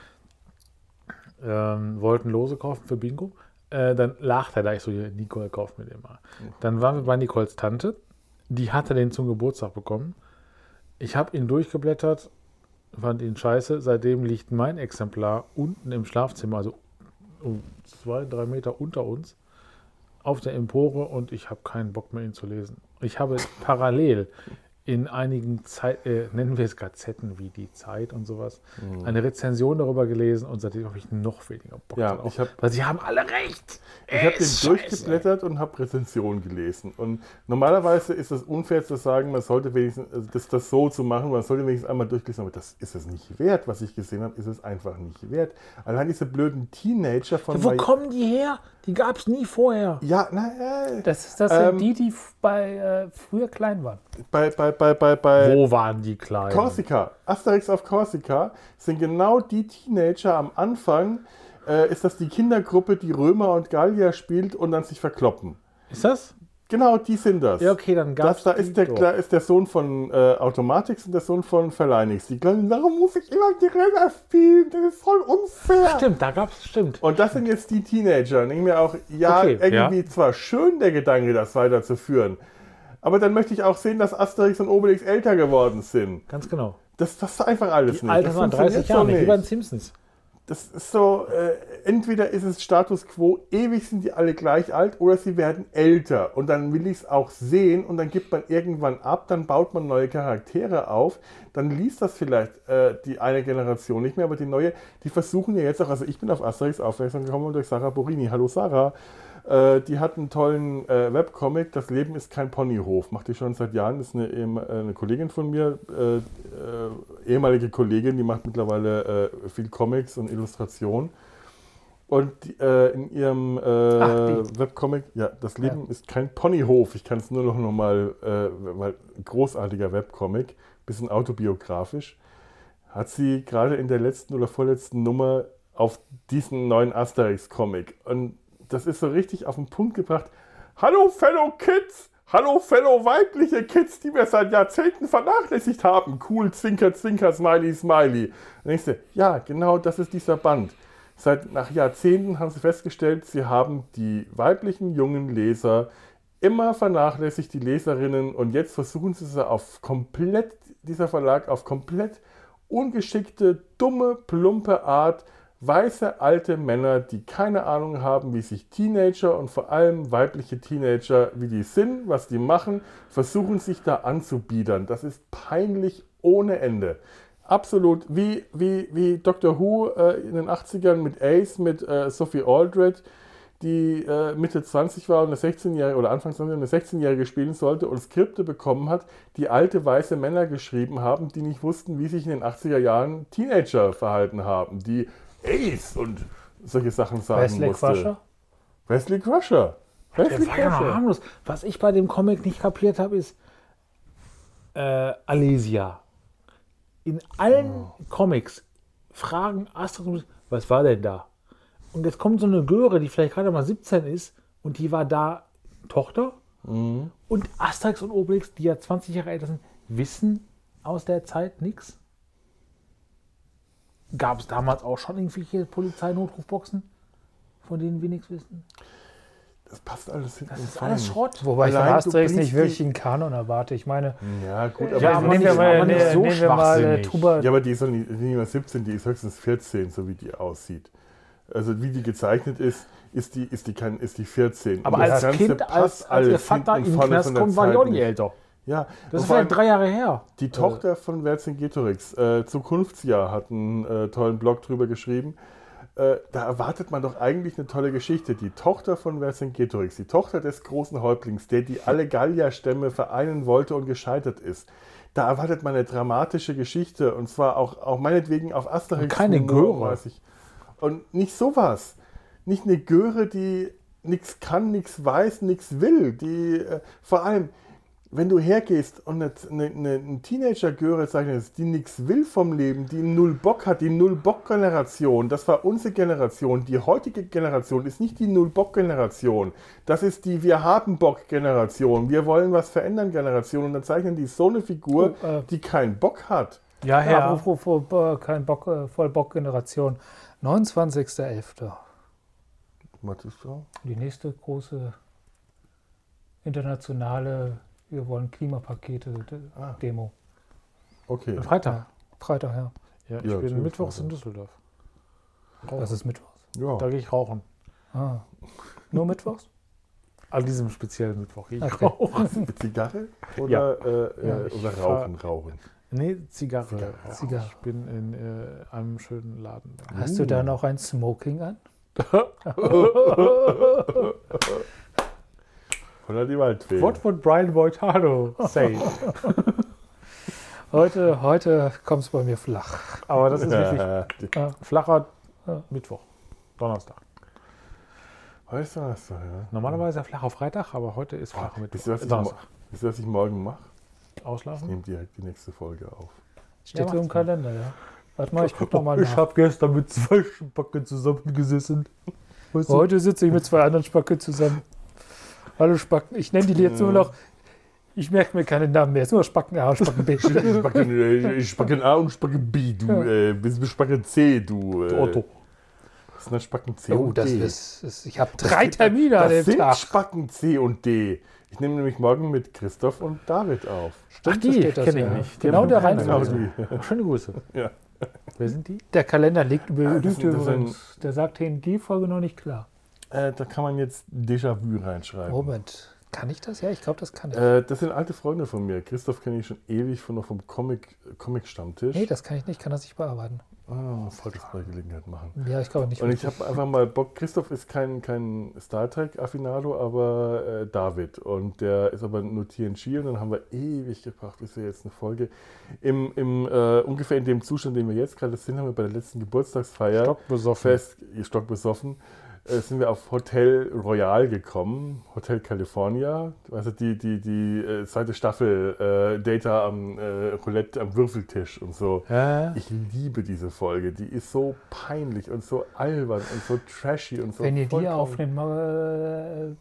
ähm, wollten Lose kaufen für Bingo. Äh, dann lag der da, ich so, hier, Nicole, kauf mir den mal. Dann waren wir bei Nicoles Tante, die hatte den zum Geburtstag bekommen. Ich habe ihn durchgeblättert, fand ihn scheiße. Seitdem liegt mein Exemplar unten im Schlafzimmer, also um zwei, drei Meter unter uns, auf der Empore und ich habe keinen Bock mehr, ihn zu lesen. Ich habe parallel in einigen Zeit, äh, nennen wir es Gazetten wie die Zeit und sowas, eine Rezension darüber gelesen und seitdem habe ich noch weniger Bock Ja, drauf. ich hab- Weil sie haben alle recht. Ich habe den Ist scheiße. durchgeblättert und habe Rezensionen gelesen. Und normalerweise ist es unfair zu sagen, man sollte wenigstens, also das, das so zu machen, man sollte wenigstens einmal durchlesen, aber das ist es nicht wert, was ich gesehen habe, ist es einfach nicht wert. Allein diese blöden Teenager von Wo Mai- kommen die her? Die gab es nie vorher. Ja, na, äh, Das, das sind Ähm, die, die f- bei, äh, früher klein waren. bei, bei, bei, bei, bei Wo waren die Kleinen? Korsika, Asterix auf Korsika, sind genau die Teenager am Anfang, äh, ist das die Kindergruppe, die Römer und Gallier spielt und dann sich verkloppen. Ist das? Genau, die sind das. Ja, okay, dann gab Das, es da, ist der, da ist der Sohn von äh, Automatix und der Sohn von Verleinix. Die Kleinen, warum muss ich immer die Römer spielen? Das ist voll unfair. Stimmt, da gab es, stimmt. Und das sind jetzt die Teenager. Und ich mir auch, ja, Okay, irgendwie ja. zwar schön der Gedanke, das weiterzuführen, aber dann möchte ich auch sehen, dass Asterix und Obelix älter geworden sind. Ganz genau. Das, das ist einfach alles Die nicht. Alter Das waren funktioniert dreißig so Jahre, nicht wie bei den nicht. Simpsons. Das ist so, äh, entweder ist es Status quo, ewig sind die alle gleich alt, oder sie werden älter. Und dann will ich es auch sehen und dann gibt man irgendwann ab, dann baut man neue Charaktere auf, dann liest das vielleicht äh, die eine Generation nicht mehr, aber die neue, die versuchen ja jetzt auch, also ich bin auf Asterix aufmerksam gekommen durch Sarah Borini. Hallo Sarah. Äh, die hat einen tollen äh, Webcomic, Das Leben ist kein Ponyhof, macht die schon seit Jahren, das ist eine, ehem- äh, eine Kollegin von mir, äh, äh, ehemalige Kollegin, die macht mittlerweile äh, viel Comics und Illustration. Und die, äh, in ihrem äh, Ach, Webcomic, ja, Das Leben ist kein Ponyhof, ich kann es nur noch mal, äh, weil großartiger Webcomic, bisschen autobiografisch, hat sie gerade in der letzten oder vorletzten Nummer auf diesen neuen Asterix-Comic. Und das ist so richtig auf den Punkt gebracht. Hallo Fellow Kids! Hallo Fellow weibliche Kids, die wir seit Jahrzehnten vernachlässigt haben. Cool, Zwinker, Zwinker, Smiley, Smiley. Und ich so, ja, genau das ist dieser Band. Seit nach Jahrzehnten haben sie festgestellt, sie haben die weiblichen jungen Leser immer vernachlässigt, die Leserinnen. Und jetzt versuchen sie es auf komplett, dieser Verlag auf komplett ungeschickte, dumme, plumpe Art, weiße alte Männer, die keine Ahnung haben, wie sich Teenager und vor allem weibliche Teenager, wie die sind, was die machen, versuchen sich da anzubiedern. Das ist peinlich ohne Ende. Absolut, wie, wie, wie Doctor Who äh, in den achtzigern mit Ace, mit äh, Sophie Aldred, die äh, Mitte zwanzig war und eine sechzehnjährige oder Anfang zwanzig und eine sechzehnjährige spielen sollte und Skripte bekommen hat, die alte weiße Männer geschrieben haben, die nicht wussten, wie sich in den achtziger Jahren Teenager verhalten haben, die Ace und solche Sachen sagen Wesley musste. Crusher? Wesley Crusher. Wesley Der war ja noch Crusher. harmlos. Was ich bei dem Comic nicht kapiert habe, ist äh, Alesia. In allen Comics fragen Asterix, was war denn da? Und jetzt kommt so eine Göre, die vielleicht gerade mal siebzehn ist und die war da Tochter. Mhm. Und Asterix und Obelix, die ja zwanzig Jahre älter sind, wissen aus der Zeit nichts. Gab es damals auch schon irgendwelche Polizeinotrufboxen, von denen wir nichts wissen? Das passt alles hinten Das und ist alles vorne. Schrott. Wobei ich von Allein du Asterix bringst nicht die- wirklich einen Kanon erwarte. Ich meine, Ja, gut, Ja, aber, aber aber nehmen nicht- wir mal, aber nicht ne- so nehmen wir mal äh, schwachsinnig. Tuba. ja, aber die ist doch nicht, die ist nicht mehr siebzehn, die ist höchstens vierzehn, so wie die aussieht. Also wie die gezeichnet ist, ist die, ist die, kein, ist die vierzehn. Aber Und das als Ganze Kind, passt als, als ihr alles Vater hinten in und den vorne Knast von der kommt, war die Zeit auch nicht nicht. älter. Ja, Das und ist vor allem vielleicht drei Jahre her. die Tochter von Vercingetorix, äh, Zukunftsjahr, hat einen äh, tollen Blog drüber geschrieben. Äh, da erwartet man doch eigentlich eine tolle Geschichte. Die Tochter von Vercingetorix, die Tochter des großen Häuptlings, der die alle Gallierstämme vereinen wollte und gescheitert ist. Da erwartet man eine dramatische Geschichte und zwar auch, auch meinetwegen auf Asterix. Und keine Humor, Göre. weiß ich. Und nicht sowas. Nicht eine Göre, die nichts kann, nichts weiß, nichts will. Die äh, vor allem, wenn du hergehst und eine, eine, eine, eine Teenager-Göre zeichnest, die nichts will vom Leben, die null Bock hat, die Null-Bock-Generation, das war unsere Generation. Die heutige Generation ist nicht die Null-Bock-Generation. Das ist die Wir-haben-Bock-Generation. Wir wollen was verändern Generation. Und dann zeichnen die so eine Figur, Oh, äh. die keinen Bock hat. Ja, Ja, Herr. Aufruf, äh, kein Bock, äh, Vollbock-Generation. neunundzwanzigster elfter Was ist so? Die nächste große internationale, wir wollen Klimapakete de- Ah. Demo. Okay. Freitag. Freitag, ja. Ja, ich Ja, bin natürlich mittwochs in Freitag. Düsseldorf. Das ist Mittwochs. Ja. Da gehe ich rauchen. Ah. Nur Mittwochs? An diesem speziellen Mittwoch. Ich Okay. rauche. Mit Zigarre? Oder, Ja. äh, Ja, äh, ich oder fahr- Rauchen, Rauchen? Nee, Zigarre. Zigarre. rauchen. Zigarre. Ich bin in äh, einem schönen Laden. Hast du da noch ein Smoking an? Oder die Waldfee. What would Brian Boitano say? Heute, heute kommt es bei mir flach. Aber das ist wirklich Ja, die- äh, flacher äh, Mittwoch. Donnerstag. Heute ist Donnerstag, ja. Normalerweise ein flacher Freitag, aber heute ist flacher Mittwoch. Wisst ihr, was ich, Donnerstag. mo- wisst ihr, was ich morgen mache? Ich Auslaufen? nehme direkt die nächste Folge auf. Steht Ja, so im macht's Kalender, ja. Warte mal, ich guck noch mal nach. habe gestern mit zwei Spacken zusammengesessen. Weißt du? Heute sitze ich mit zwei anderen Spacken zusammen. Hallo Spacken. Ich nenne die jetzt nur noch. Ich merke mir keine Namen mehr. Es ist nur Spacken A und Spacken B. Spacken, äh, Spacken A und Spacken B, du Ja. äh, bist mit Spacken C, du. Äh, Otto. Was ist denn Spacken C Oh, und das D? ist, ist. Ich habe drei Termine an das dem sind Tag. Spacken C und D. Ich nehme nämlich morgen mit Christoph und David auf. Ach, die steht das, kenne ich ja. nicht. Genau haben der keine Genau Reihenfolge. Ahnung. die. Schöne Grüße. Ja. Wer sind die? Der Kalender liegt über Ah, das Lüte sind- das sind- übrigens. Der sagt Ihnen die Folge noch nicht klar. Äh, da kann man jetzt Déjà-vu reinschreiben. Moment. Kann ich das? Ja, ich glaube, das kann ich. Äh, das sind alte Freunde von mir. Christoph kenne ich schon ewig von noch vom Comic, Comic-Stammtisch. Nee, das kann ich nicht. Kann das nicht bearbeiten. Ah, sollte es bei Gelegenheit machen. Ja, ich glaube nicht. Und ich habe einfach mal Bock. Christoph ist kein, kein Star Trek-Affinado, aber äh, David. Und der ist aber nur T N G. Und dann haben wir ewig gebracht, bis wir jetzt eine Folge. Im, im, äh, ungefähr in dem Zustand, in dem wir jetzt gerade sind, haben wir bei der letzten Geburtstagsfeier Stockbesoffen. fest, stockbesoffen, äh, sind wir auf Hotel Royal gekommen, Hotel California, also die, die, die äh, zweite Staffel, äh, Data am äh, Roulette am Würfeltisch und so. Ja. Ich liebe diese Folge, die ist so peinlich und so albern und so trashy und so. Wenn ihr die vollkommen- aufnehmt, mal,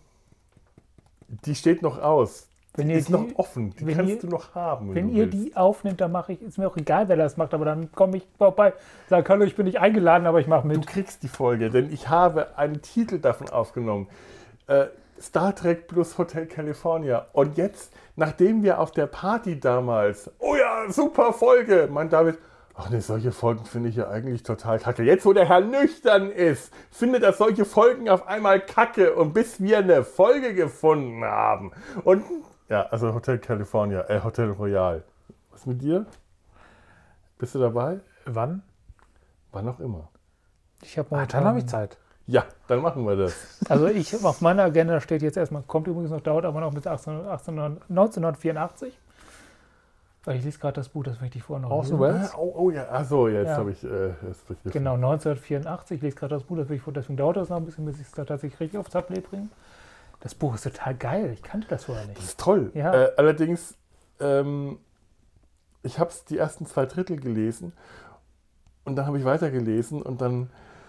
Die steht noch aus. Wenn die ihr ist die- noch offen, die wenn kannst ihr- du noch haben. äh, wenn du ihr willst. die aufnehmt, dann mache ich, ist mir auch egal, wer das macht, aber dann komme ich vorbei, sage, hallo, ich bin nicht eingeladen, aber ich mache Du mit. kriegst die Folge, denn ich habe einen Titel davon aufgenommen. Äh, Star Trek plus Hotel California. Und jetzt, nachdem wir auf der Party damals, oh ja, super Folge, mein David, ach ne, solche Folgen finde ich ja eigentlich total kacke. Jetzt, wo der Herr nüchtern ist, findet er solche Folgen auf einmal kacke. Und bis wir eine Folge gefunden haben. Und, ja, also Hotel California, äh, Hotel Royal. Was mit dir? Bist du dabei? Wann? Wann auch immer. Ich habe Ah, dann habe ich Zeit. Ja, dann machen wir das. Also ich, auf meiner Agenda steht jetzt erstmal, kommt übrigens noch, dauert aber noch bis neunzehnhundertvierundachtzig. Weil ich lese gerade das Buch, das möchte ich vorher noch Orson lesen. Welles? Oh, oh ja, achso, jetzt Ja. habe ich äh, das begriffen. Genau, neunzehnhundertvierundachtzig. Ich lese gerade das Buch, das will ich vor, deswegen dauert das noch ein bisschen, bis ich es da tatsächlich richtig aufs Tablet bringe. Das Buch ist total geil. Ich kannte das vorher nicht. Das ist toll. Ja. Äh, allerdings, ähm, ich habe die ersten zwei Drittel gelesen und dann habe ich weitergelesen und dann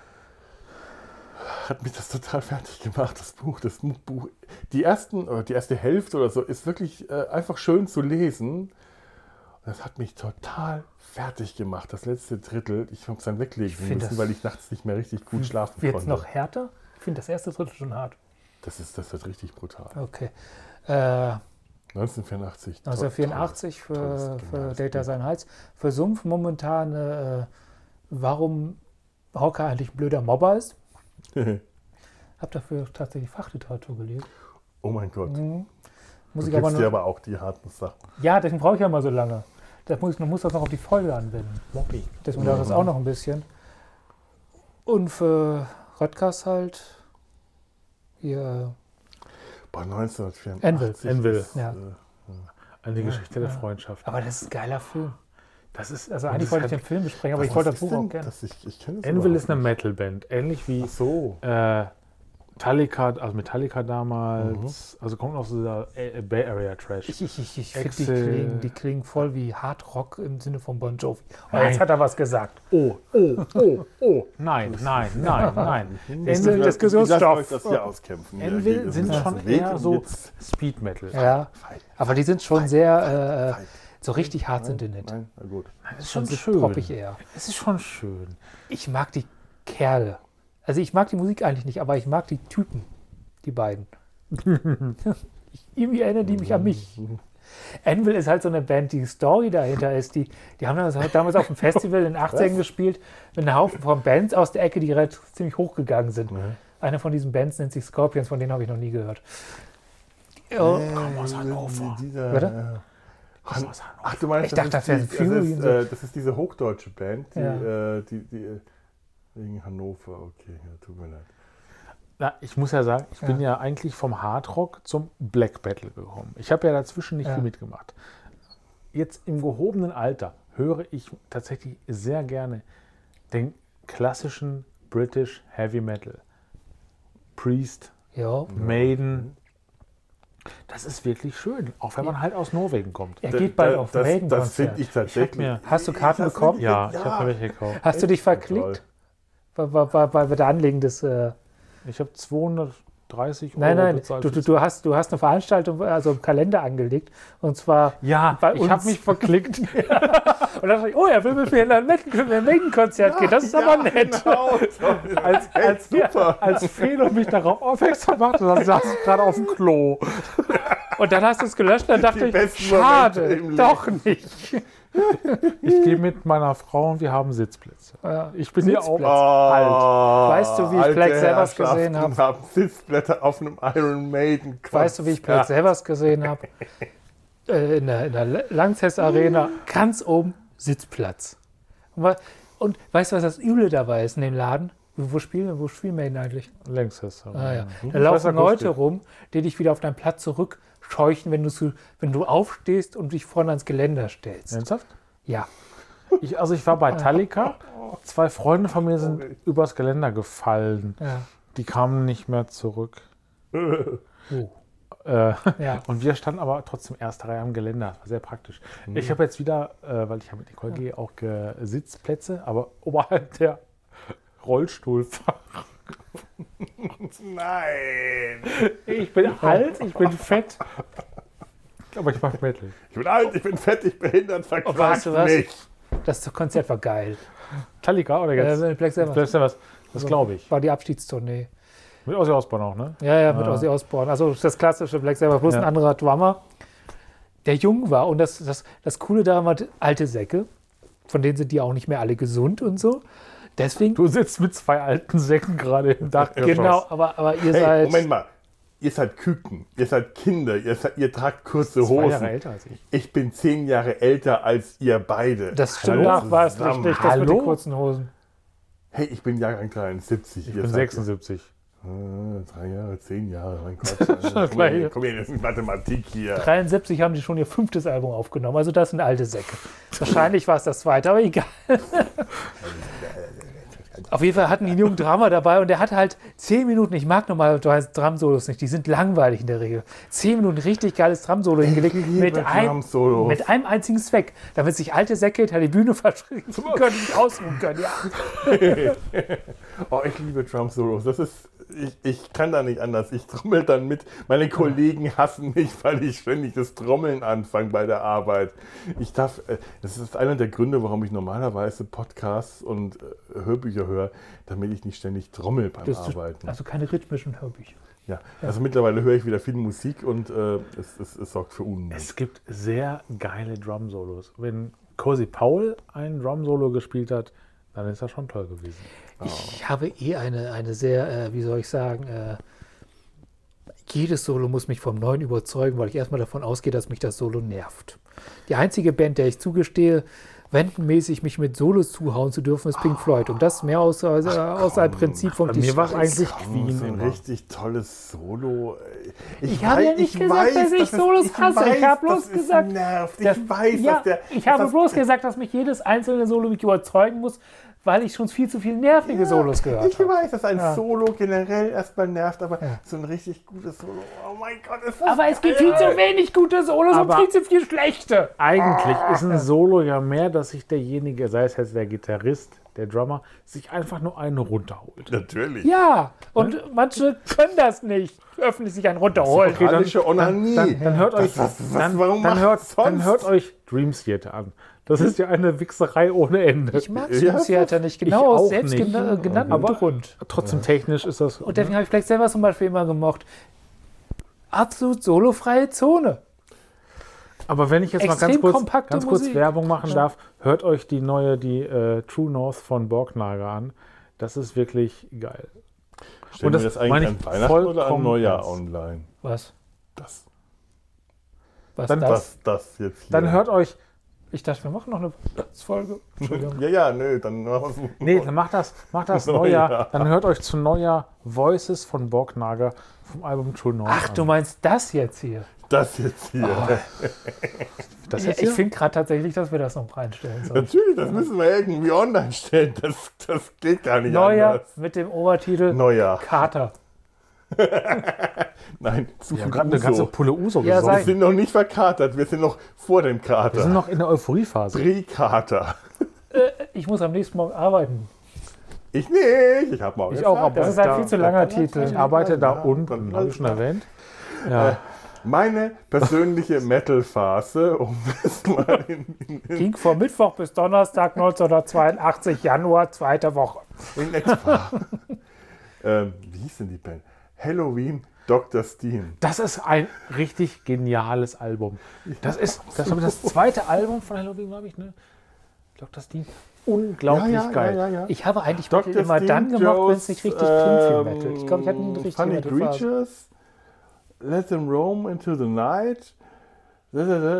hat mich das total fertig gemacht, das Buch. Das Buch. Die, ersten, oder die erste Hälfte oder so ist wirklich äh, einfach schön zu lesen. Das hat mich total fertig gemacht, das letzte Drittel. Ich habe es dann weglegen find müssen, das- weil ich nachts nicht mehr richtig gut schlafen Wird es konnte. noch härter? Ich finde das erste Drittel schon hart. Das, ist, das wird richtig brutal. Okay. Äh, neunzehnhundertvierundachtzig. to- neunzehnhundertvierundachtzig für, tolles, für geniales Data Buch. sein Hals. Für Sumpf momentan, äh, warum Hawker eigentlich ein blöder Mobber ist. Habe dafür tatsächlich Fachliteratur gelesen. Oh mein Gott. Mhm. Muss Du ich aber gibst dir noch, aber auch die harten Sachen. ja, deswegen brauche ich ja immer so lange. Das muss, man muss das noch auf die Folge anwenden. Deswegen dauert das auch noch ein bisschen. Und für Röttgers halt hier Boah, neunzehnhundertvierundachtzig. Anvil, Anvil. ist, Ja. äh, Eine Geschichte der Ja. Freundschaft. Aber das ist ein geiler Film. Das ist, Also und eigentlich das wollte ich hat- den Film besprechen, aber was ich wollte das ist Buch denn auch gerne. das? Ich, ich kenn das Anvil überhaupt ist eine nicht. Metalband, ähnlich wie Ach so. äh, Metallica, also Metallica damals, also kommt aus dieser äh, Bay Area Trash. Ich, ich, ich, ich finde, die Excel. klingen, die klingen voll wie Hard Rock im Sinne von Bon Jovi. Oh, Nein. jetzt hat er was gesagt. Oh, oh, oh, oh, nein, nein, nein, nein. Ende Ich Diskussionsstoff. lasse euch das hier auskämpfen. Ja, Anvil geht, das sind ist schon das Weg eher und so jetzt- Speed Metal. Ja, Fein, aber die sind schon sehr, fein. äh, so richtig hart sind die Nein, nicht. Nein, na gut. Das ist Schon schon so schön. poppig eher. Es ist schon schön. Ich mag die Kerle. Also ich mag die Musik eigentlich nicht, aber ich mag die Typen, die beiden. ich, irgendwie erinnern die mich an mich. Anvil ist halt so eine Band, die Story dahinter ist. Die, die haben das halt damals auf dem Festival in den achtzigern gespielt mit einem Haufen von Bands aus der Ecke, die relativ ziemlich hochgegangen sind. Eine von diesen Bands nennt sich Scorpions, von denen habe ich noch nie gehört. Oh, Komm aus Hannover. Dieser, Warte. äh, Han- Ach, du meinst, Ich dachte, das ist wäre die- Fury das, und ist, so. äh, das ist diese hochdeutsche Band, die, Ja. äh, die, die äh, wegen Hannover, okay, ja, tut mir leid. Na, ich muss ja sagen, ich Ja. bin ja eigentlich vom Hardrock zum Black Metal gekommen. Ich habe ja dazwischen nicht Ja. viel mitgemacht. Jetzt im gehobenen Alter höre ich tatsächlich sehr gerne den klassischen British Heavy Metal. Priest, ja. Maiden. Das ist wirklich schön, auch wenn man halt aus Norwegen kommt. Er geht bald Da- auf das, das Maiden-Konzert. finde ich tatsächlich. mir- Hast du Karten Das bekommen? find ich- Ja, ich habe mir welche gekauft. Hast du dich Toll. verklickt? Bei, bei, bei, bei der Anlegen des... Äh, Ich habe zweihundertdreißig nein, Euro nein, bezahlt. du, du, du, hast, du hast eine Veranstaltung, also im Kalender angelegt. Und zwar ja, bei ich uns. habe mich verklickt. Und dann dachte ich, oh, er will mit mir in ein Maiden-Konzert gehen. Das ist aber nett. Genau. als, als, super. als Fehler mich darauf aufmerksam macht und dann saß ich gerade auf dem Klo. Und dann hast du es gelöscht und dann dachte Die ich, besten schade, Momente im doch nicht. Ich gehe mit meiner Frau und wir haben Sitzplätze. Ja. Ich bin ja auch Sitzplätze. alt. Weißt du, wie ich alte Black Sabbath gesehen Herrschaften haben Sitzblätter auf einem Iron Maiden Konzert. Weißt du, wie ich Black Sabbath gesehen habe? Äh, in der, in der Lanxess Arena, ganz oben Sitzplatz. Und, wa- und weißt du, was das Üble dabei ist in dem Laden? Wo, wo spielen wo spielen Maiden eigentlich? Längstes. Ah, ja. Mhm. Da laufen Schwester Leute Kuschel. rum, die dich wieder auf deinen Platz zurückscheuchen, wenn du, zu, wenn du aufstehst und dich vorne ans Geländer stellst. Ernsthaft? Ja. Ich, also ich war bei Talika. Zwei Freunde von mir sind übers Geländer gefallen. Ja. Die kamen nicht mehr zurück. Oh. Äh, Ja. und wir standen aber trotzdem erste Reihe am Geländer. Das war sehr praktisch. Ich habe jetzt wieder, äh, weil ich ja mit Nicole gehe, auch ge- Sitzplätze, aber oberhalb der Rollstuhlfahrer. Nein! Ich bin alt, ich bin fett. Aber ich mach Metal. Ich bin alt, ich bin fett, ich behindert, verklagt weißt du was? mich. Das Konzert war geil. Talika oder jetzt? Äh, Black Sabbath. Vielleicht ist ja was. Das glaube ich. War die Abschiedstournee. Mit Ozzy Osbourne auch, ne? Ja, ja, mit Ah. Ozzy Osbourne. Also das klassische Black Sabbath, bloß Ja. ein anderer Drummer, der jung war. Und das, das, das Coole daran war, alte Säcke, von denen sind die auch nicht mehr alle gesund und so. Deswegen, Du sitzt mit zwei alten Säcken gerade im Dachgeschoss. genau, aber, aber ihr Hey, seid... Moment mal. Ihr seid Küken, ihr seid Kinder, ihr, seid, ihr tragt kurze Zwei Jahre Hosen. älter als ich. Ich bin zehn Jahre älter als ihr beide. Das stimmt, Hallo nach war es nicht, zusammen. nicht das mit den Hallo? kurzen Hosen. Hey, ich bin Jahrgang dreiundsiebzig. Ich ihr bin seid- sechsundsiebzig. Ah, drei Jahre, zehn Jahre, mein Gott. komm, gleich. her, komm her, das ist Mathematik hier. dreiundsiebzig haben die schon ihr fünftes Album aufgenommen. Also das sind alte Säcke. Wahrscheinlich war es das zweite, aber egal. Auf jeden Fall hatten die einen jungen Drummer dabei und der hatte halt zehn Minuten, ich mag normal Drum-Solos nicht, die sind langweilig in der Regel. zehn Minuten richtig geiles Drum-Solo hingelegt mit, ein, Drum-Solos. mit einem einzigen Zweck, damit sich alte Säcke hinter die Bühne verschwinden können, sich ausruhen können. Ja. Oh, ich liebe Drum-Solos. Das ist, ich, ich kann da nicht anders. Ich trommel dann mit. Meine Kollegen hassen mich, weil ich ständig das Trommeln anfange bei der Arbeit. Ich darf, äh, das ist einer der Gründe, warum ich normalerweise Podcasts und äh, Hörbücher höre, damit ich nicht ständig trommel beim Das ist- Arbeiten. Also keine rhythmischen Hörbücher. Ja, also mittlerweile höre ich wieder viel Musik und äh, es, es, es sorgt für Unmut. Es gibt sehr geile Drum-Solos. Wenn Cozy Powell ein Drum-Solo gespielt hat, dann ist das schon toll gewesen. Ich habe eh eine, eine sehr, äh, wie soll ich sagen, äh, jedes Solo muss mich vom Neuen überzeugen, weil ich erstmal davon ausgehe, dass mich das Solo nervt. Die einzige Band, der ich zugestehe, wendenmäßig mich mit Solos zuhauen zu dürfen, ist Pink Floyd. Und das mehr aus, aus, aus einem Prinzip von bei mir war es eigentlich Queen Queen so ein immer. richtig tolles Solo. Ich habe ja nicht gesagt, dass ich Solos hasse. Ich habe bloß das gesagt, nervt. Ich Das- weiß, ja, dass der. ich habe dass bloß das, gesagt, dass mich jedes einzelne Solo mich überzeugen muss, weil ich schon viel zu viele nervige Solos gehört Ich habe. weiß, dass ein Ja. Solo generell erstmal nervt, aber Ja. so ein richtig gutes Solo. Oh mein Gott, ist das Aber es gibt geil. viel zu wenig gute Solos Aber- und viel zu viel schlechte. Eigentlich ist ein Solo ja mehr, dass sich derjenige, sei es jetzt der Gitarrist, der Drummer, sich einfach nur einen runterholt. Natürlich. Ja, und manche können das nicht, öffentlich sich einen runterholen. Okay, Moralische Onanie. Dann, dann hört euch, was- was- dann, warum dann, macht hört, sonst? dann hört euch Dream Theater an. Das ist ja eine Wichserei ohne Ende. Ich mag Ja, Dream Theater nicht, ich genau aus auch selbst nicht. gena- genanntem Aber- Grund. Trotzdem technisch ist das. Und deswegen habe ich vielleicht selber zum Beispiel immer gemocht, absolut solofreie Zone. Aber wenn ich jetzt mal Extrem ganz kurz, kompakte ganz kurz Musik. Werbung machen darf, hört euch die neue, die äh, True North von Borgnager an. Das ist wirklich geil. Stellen Und wir das das eigentlich meine an ich Weihnachten oder an vollkommen Neujahr ernst. online? Was? Das. Was Dann das? Was das jetzt hier? Dann hört euch. Ich dachte, wir machen noch eine Folge. Entschuldigung. Ja, ja, nö, dann machen wir Nee, dann macht das, macht das Neujahr. Neujahr. Dann hört euch zu Neujahr Voices von Borgnager vom Album True North Ach, an. du meinst das jetzt hier? das jetzt hier. das Ja, jetzt ich hier? finde gerade tatsächlich, dass wir das noch reinstellen sollen. Natürlich, das müssen wir irgendwie online stellen. Das, das geht gar nicht Neujahr anders. mit dem Obertitel Neujahr. Kater. Nein, zu Wir haben viel gerade eine ganze Uso. Pulle Uso Ja, gesungen. Wir sei- sind noch nicht verkatert, wir sind noch vor dem Wir sind Kater. noch in der Euphoriephase. Pre-Kater. Ich muss am nächsten Morgen arbeiten. Ich nicht, ich habe morgen Ich auch, Zeit. aber Das ist halt da- viel zu langer Titel. Ich arbeite da Ja, unten, dann- habe ich schon erwähnt. Ja. Meine persönliche Metal-Phase, um das mal in, in, Ging von Mittwoch bis Donnerstag neunzehnhundertzweiundachtzig, Januar, zweite Woche. in etwa. ähm, wie hieß denn die Band? Halloween, Doktor Steam. Das ist ein richtig geniales Album. Das ist das, ist das zweite Album von Halloween, glaube ich, ne? Doktor Steam. Unglaublich Ja, ja, geil. ja, ja, ja. Ich habe eigentlich Doktor Metal immer Steam, dann gemacht, wenn es nicht richtig klingt für ähm, Metal. Ich glaube, ich hatte nie einen richtigen Funny Metal. Phase. Creatures, Let Them Roam Into the Night. Ich,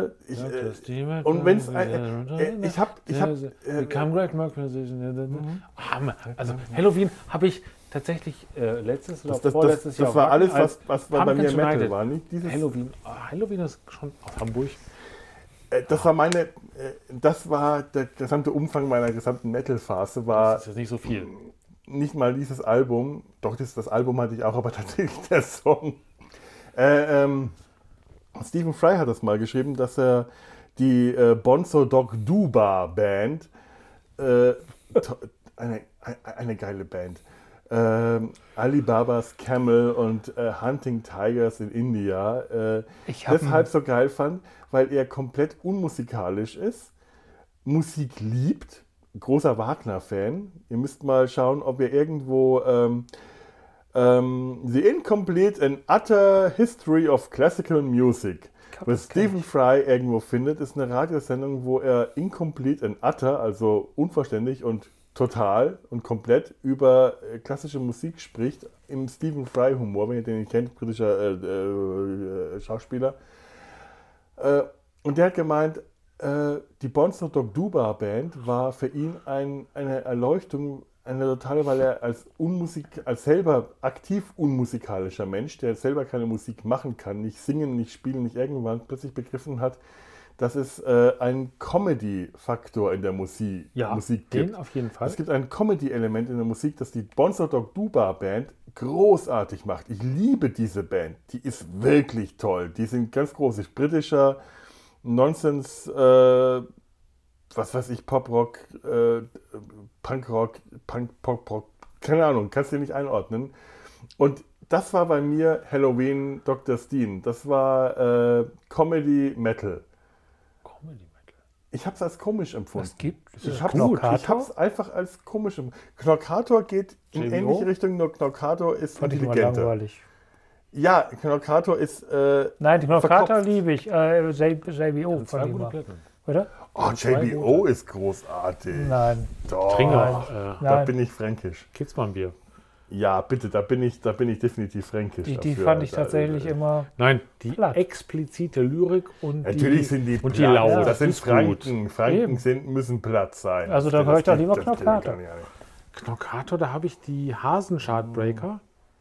äh, und wenn es äh, ich habe ich hab, äh, Become Great Mark Position. Also Halloween habe ich tatsächlich äh, letztes oder das, das, das, vorletztes Jahr das war alles, als was, was bei mir Pumpkins Metal United. war, nicht dieses. Halloween. Ah, Halloween ist schon aus Hamburg. Äh, Das war meine, äh, das war der gesamte Umfang meiner gesamten Metal-Phase, war Das ist jetzt nicht so viel. nicht mal dieses Album, doch das, das Album hatte ich auch, aber tatsächlich der Song. Äh, ähm, Stephen Fry hat das mal geschrieben, dass er die äh, Bonzo Dog Duba Band, äh, to- eine, eine, eine geile Band, ähm, Alibaba's Camel und äh, Hunting Tigers in India, äh, Ich hab deshalb so geil fand, weil er komplett unmusikalisch ist, Musik liebt, großer Wagner-Fan. Ihr müsst mal schauen, ob ihr irgendwo ähm, ähm, The Incomplete and Utter History of Classical Music glaub, with das kenn Stephen Fry irgendwo findet. Ist eine Radiosendung, wo er Incomplete and Utter, also unvollständig und total und komplett über äh, klassische Musik spricht, im Stephen Fry-Humor, wenn ihr den nicht kennt, britischer äh, äh, Schauspieler. Äh, und der hat gemeint, äh, die Bonzo Dog Duba Band war für ihn ein, eine Erleuchtung, eine totale, weil er als Unmusik, als selber aktiv unmusikalischer Mensch, der selber keine Musik machen kann, nicht singen, nicht spielen, nicht irgendwann plötzlich begriffen hat, dass es äh, einen Comedy-Faktor in der Musik, Ja, Musik gibt. den auf jeden Fall. Es gibt ein Comedy-Element in der Musik, das die Bonzo Dog Duba Band großartig macht. Ich liebe diese Band. Die ist wirklich toll. Die sind ganz groß. Ist britischer Nonsens, äh, was weiß ich, Pop-Rock, äh, Punk-Rock, Punk, Pop-Rock, keine Ahnung, kannst du nicht einordnen. Und das war bei mir Halloween Doktor Steen. Das war äh, Comedy-Metal. Comedy-Metal. Ich habe es als komisch empfunden. Was gibt es? Ich habe Knockator? es einfach als komisch empfunden. Knockator geht in J B O? ähnliche Richtung, nur Knockator ist Fand ich immer intelligenter. langweilig. Ja, Knockator ist äh, Nein, die Knockator verkopft. liebe ich. Äh, J B O Zwei fand ich gute immer. Platten. Oder? Oh, J B O ist großartig. Nein. Doch, Tringer. da Nein. bin ich fränkisch. Äh, Kitzmann-Bier. Ja, bitte, da bin ich, da bin ich definitiv fränkisch. Die, die dafür. fand ich Da- tatsächlich immer. Nein, die Platt. explizite Lyrik und Natürlich die, sind die und die platt. Laute. Das sind ist Franken. gut. Franken Eben. sind, müssen platt sein. Also da Das höre ich doch geht- lieber das geht Knockator. gar nicht. Knockator, da habe ich die Hasenschartbreaker.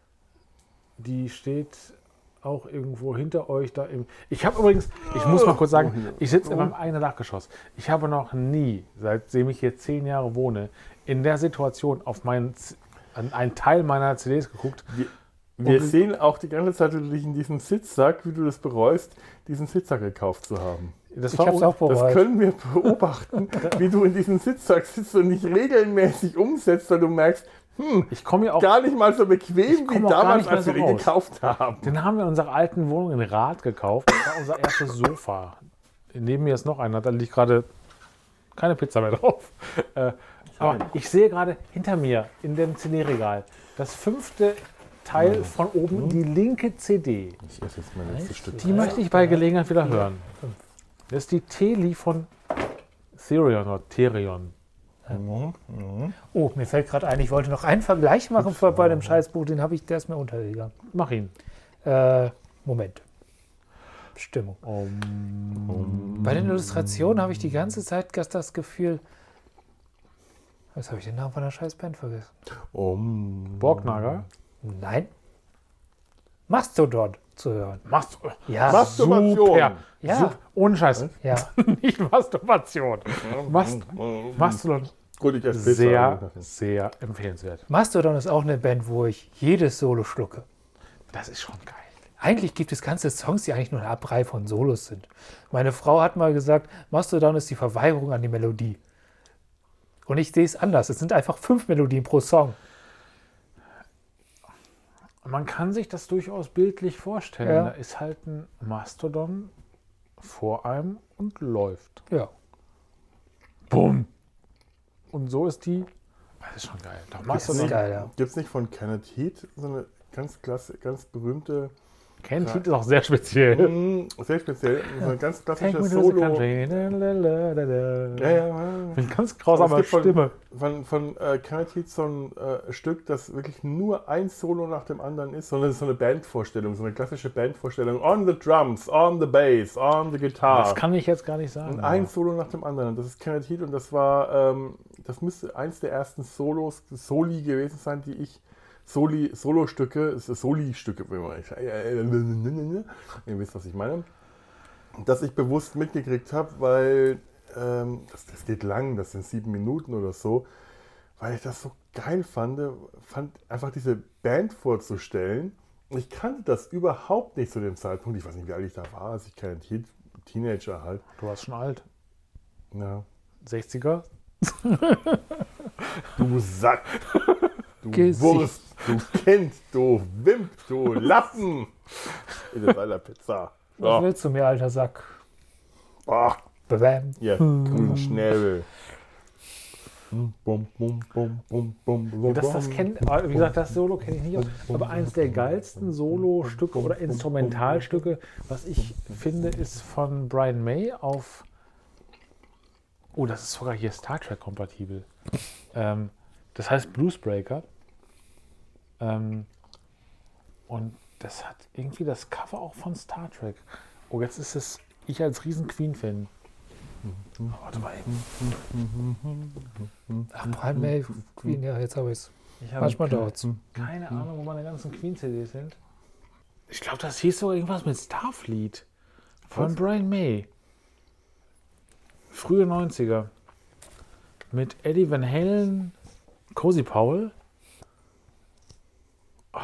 Die steht auch irgendwo hinter euch da im. Ich habe übrigens, ich muss mal kurz sagen, ich sitze in meinem eigenen Dachgeschoss. Ich habe noch nie, seitdem ich hier zehn Jahre wohne, in der Situation auf meinen, Z- an einen Teil meiner C Ds geguckt. Wir Und- sehen auch die ganze Zeit, wie du dich in diesem Sitzsack, wie du das bereust, diesen Sitzsack gekauft zu haben. Das Ich war hab's un- auch Das bereut. können wir beobachten, wie du in diesem Sitzsack sitzt und nicht regelmäßig umsetzt, weil du merkst, hm, Ich komme ja auch. gar nicht mal so bequem komm wie auch gar damals, nicht mehr als wir so den raus. gekauft haben. Den haben wir in unserer alten Wohnung in Rath gekauft. Das war unser erstes Sofa. Neben mir ist noch einer, da liegt gerade keine Pizza mehr drauf. Äh, aber ich sehe gerade hinter mir in dem C D-Regal das fünfte Teil von oben, die linke C D. Ich esse jetzt mein letztes Stück. Die möchte ich bei Gelegenheit wieder hören. Das ist die Teli von Therion oder Therion. Oh, mir fällt gerade ein, ich wollte noch einen Vergleich machen für, bei dem Scheißbuch, den habe ich, der ist mir untergegangen. Mach ihn. Äh, Moment. Stimmung. Bei den Illustrationen habe ich die ganze Zeit das- das Gefühl. Was habe ich den Namen von der Scheißband vergessen? Um, Borgnager. Nein. Mastodon zu hören. Machst Ja. Masturbation. Super. Ja. Super. Ohne Scheiß. Ja. Nicht Masturbation. Mast Mastodon. Gut, ich esse Pizza. Sehr, sehr empfehlenswert. Mastodon ist auch eine Band, wo ich jedes Solo schlucke. Das ist schon geil. Eigentlich gibt es ganze Songs, die eigentlich nur eine Abreihe von Solos sind. Meine Frau hat mal gesagt, Mastodon ist die Verweigerung an die Melodie. Und ich sehe es anders. Es sind einfach fünf Melodien pro Song. Man kann sich das durchaus bildlich vorstellen. Ja. Da ist halt ein Mastodon vor einem und läuft. Ja. Bumm. Und so ist die. Das ist schon geil. Doch, Das Mastodon. ist geil, ja. Gibt es nicht von Kenneth Heath so eine ganz klasse, ganz berühmte, Ken Heath ist auch sehr speziell. mm, sehr speziell, so ein ganz Take klassisches me to the Solo. country. Da, da, da, da, da. Ja, ja, ja. Mit ganz Es grausamer gibt von- Stimme. Von, von äh, Kenneth Heath so ein äh, Stück, das wirklich nur ein Solo nach dem anderen ist, sondern es ist so eine Bandvorstellung, so eine klassische Bandvorstellung. On the drums, on the bass, on the guitar. Das kann ich jetzt gar nicht sagen. Und ein Solo nach dem anderen. Das ist Kenneth Heath und das war, ähm, das müsste eins der ersten Solos, Soli gewesen sein, die ich, Soli, Solo-Stücke, es ist Soli-Stücke, wie man- ihr wisst, was ich meine, dass ich bewusst mitgekriegt habe, weil ähm, das, das geht lang, das sind sieben Minuten oder so, weil ich das so geil fand, fand einfach diese Band vorzustellen. Ich kannte das überhaupt nicht zu dem Zeitpunkt. Ich weiß nicht, wie alt ich da war, als ich kein Te- Teenager halt. Du warst schon alt. Ja. sechziger? Du Sack, du Gesicht. Wurst, du Kind, du Wimp, du Lappen. In der Seiler Pizza. Was So. willst du mir, alter Sack? Ach, Bam. ja, grünen Schnäbel. Bum, bum, bum, bum, bum, bum, Das, das kennt, wie gesagt, das Solo kenne ich nicht aus, aber eines der geilsten Solo-Stücke oder Instrumentalstücke, was ich finde, ist von Brian May auf. Oh, das ist sogar hier Star Trek kompatibel. Ähm, das heißt Bluesbreaker. Ähm, und das hat irgendwie das Cover auch von Star Trek. Oh, jetzt ist es ich als riesen Queen-Fan. Warte mal eben. Ach, Brian May, Queen, ja, jetzt habe ich es. Ich habe Manchmal dauert's. keine Ahnung, wo meine ganzen Queen-C Ds sind. Ich glaube, das hieß sogar irgendwas mit Starfleet. Von Was? Brian May. Frühe neunziger. Mit Eddie Van Halen, Cozy Powell. Oh,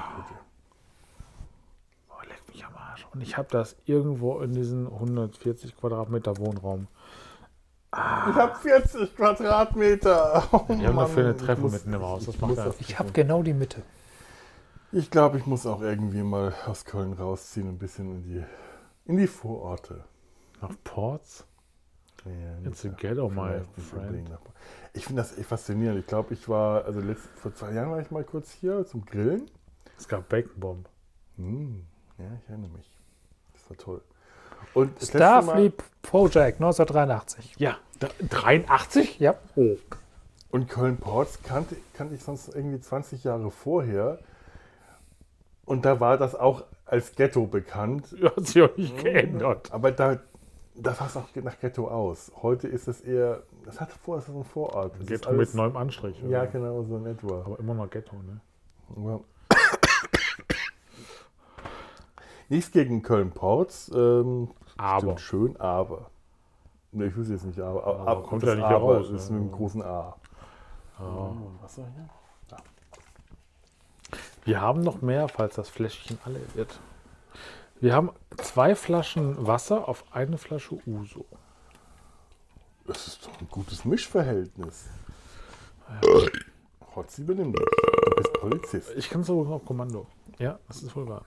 leck mich am Arsch. Und ich habe das irgendwo in diesen hundertvierzig Quadratmeter Wohnraum. Ich habe vierzig Quadratmeter. Oh, Wir haben Mann, dafür eine ich Treppe muss- mitten im Haus. Das ich macht muss gar auf- nichts. Ich habe genau die Mitte. Ich glaube, ich muss auch irgendwie mal aus Köln rausziehen, ein bisschen in die, in die Vororte. Nach Ports? Ja, It's a nicht- ghetto, my vielleicht nicht friend. unbedingt nach- Ich finde das echt faszinierend. Ich glaube, ich war, also letzt, vor zwei Jahren war ich mal kurz hier zum Grillen. Es gab Bacon Bomb. Hm, ja, ich erinnere mich. Das war toll. Und das letzte Starfleet Project neunzehnhundertdreiundachtzig. Ja, dreiundachtzig? Ja. Oh. Und Köln-Ports kannte, kannte ich sonst irgendwie zwanzig Jahre vorher. Und da war das auch als Ghetto bekannt. Hat sich auch nicht geändert. Aber da, das sah auch nach Ghetto aus. Heute ist es eher, das hatte vorher so ein Vorort. Das ist Ghetto alles- mit neuem Anstrich. Ja, oder? genau, so in etwa. Aber immer noch Ghetto, ne? Ja. Nichts gegen Köln-Ports. Ähm, Aber. stimmt schön, aber. Ne, ich wüsste jetzt nicht, aber. aber, Aber kommt das ja nicht aber heraus, ist ne? mit einem großen A. Ja. Was soll ich hier? Wir haben noch mehr, falls das Fläschchen alle wird. Wir haben zwei Flaschen Wasser auf eine Flasche Uso. Das ist doch ein gutes Mischverhältnis. Hotzi, benimm dich. Du bist Polizist. Ich kann es aber auf Kommando. Ja, das ist wohl wahr.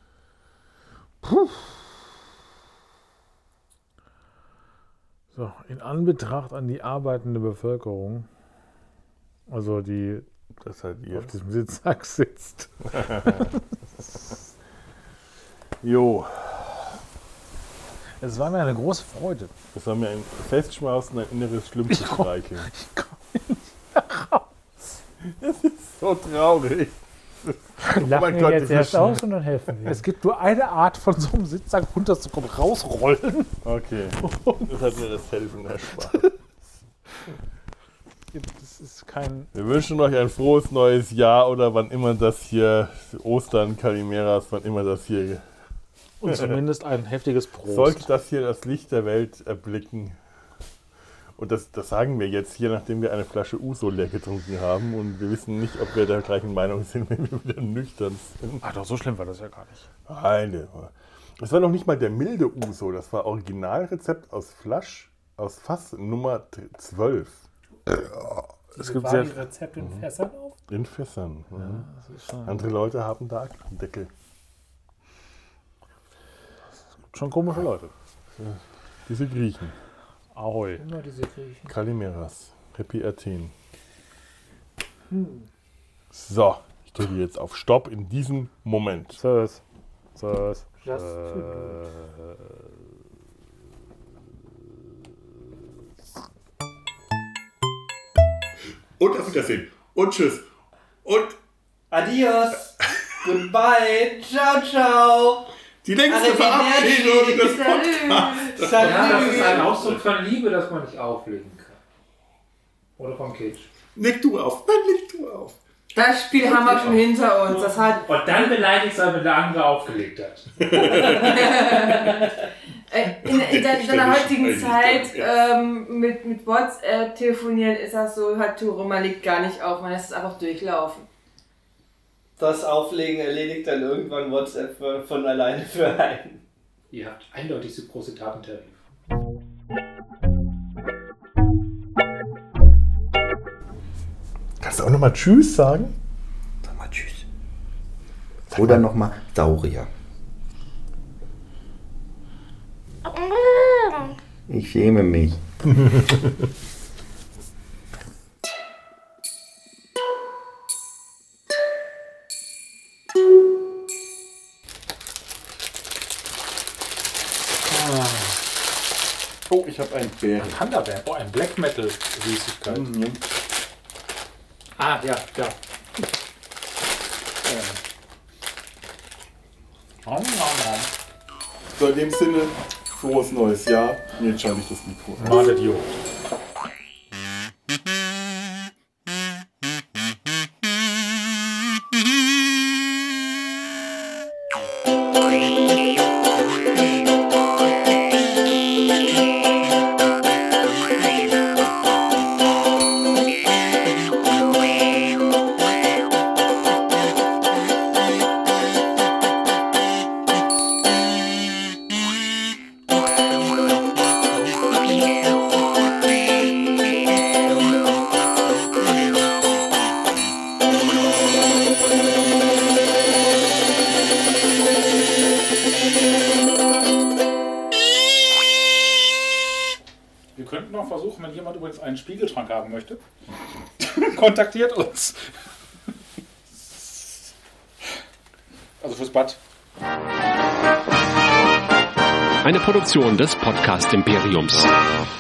So, in Anbetracht an die arbeitende Bevölkerung, also die Das seid ihr. auf diesem Sitzsack sitzt. Jo, Es war mir eine große Freude. das war mir ein Festschmaus und ein inneres Schlimm zu streicheln. Das ist so traurig. Lachen mein wir Gott, jetzt das erst ist- aus und dann helfen wir. Es gibt nur eine Art, von so einem Sitzsack runterzukommen, rausrollen. Okay, das hat mir das Helfen erspart. Das ist kein... Wir wünschen euch ein frohes neues Jahr oder wann immer das hier, Ostern, Kalimeras, wann immer das hier, Und zumindest ein heftiges Prost. sollte das hier das Licht der Welt erblicken. Und das, das sagen wir jetzt hier, nachdem wir eine Flasche Uso leer getrunken haben und wir wissen nicht, ob wir der gleichen Meinung sind, wenn wir wieder nüchtern sind. Ach doch, so schlimm war das ja gar nicht. Nein, das war noch nicht mal der milde Uso, das war Originalrezept aus Flasch, aus Fass Nummer zwölf. Es gibt War sehr... die Rezepte in Fässern auf? In Fässern. Ja. Das ist schon, Andere Leute haben da Deckel. schon komische Leute. Diese Griechen. Ahoi. Immer diese Griechen. Kalimeras. Happy Athen. So, ich drücke jetzt auf Stopp in diesem Moment. Tschüss. Tschüss. Just Äh, to do. Und auf Wiedersehen. Und tschüss. Und Adios. Goodbye. Ciao, ciao. die längste Verabschiedung des Podcasts. Ja, das ist ein Ausdruck von Liebe, dass man nicht auflegen kann. Oder vom Kitsch. Leg du auf. Nein, leg du auf. Das Spiel haben wir schon hinter uns. Das hat Und dann beleidigst du, wenn der andere aufgelegt hat. äh, in, in, der, in der heutigen Zeit ähm, mit, mit WhatsApp telefonieren ist das so, hat Tore, man legt gar nicht auf, man lässt es einfach durchlaufen. Das Auflegen erledigt dann irgendwann WhatsApp von, von alleine für einen. Ihr habt eindeutig so große Datentarif. Kannst du auch nochmal Tschüss sagen? Sag mal tschüss. Oder nochmal Saurier. Ich schäme mich. Oh, ich habe einen Bären. Thunderbär. Oh, ein Black Metal Süßigkeit. Mhm. Ah, ja, ja. Nom, nom, nom. So, in dem Sinne, Frohes neues Jahr. Und jetzt schalte ich das Mikro an. Martet Jo. Wir könnten noch versuchen, wenn jemand übrigens einen Spiegelschrank haben möchte, kontaktiert uns. Also fürs Bad. Eine Produktion des Podcast Imperiums.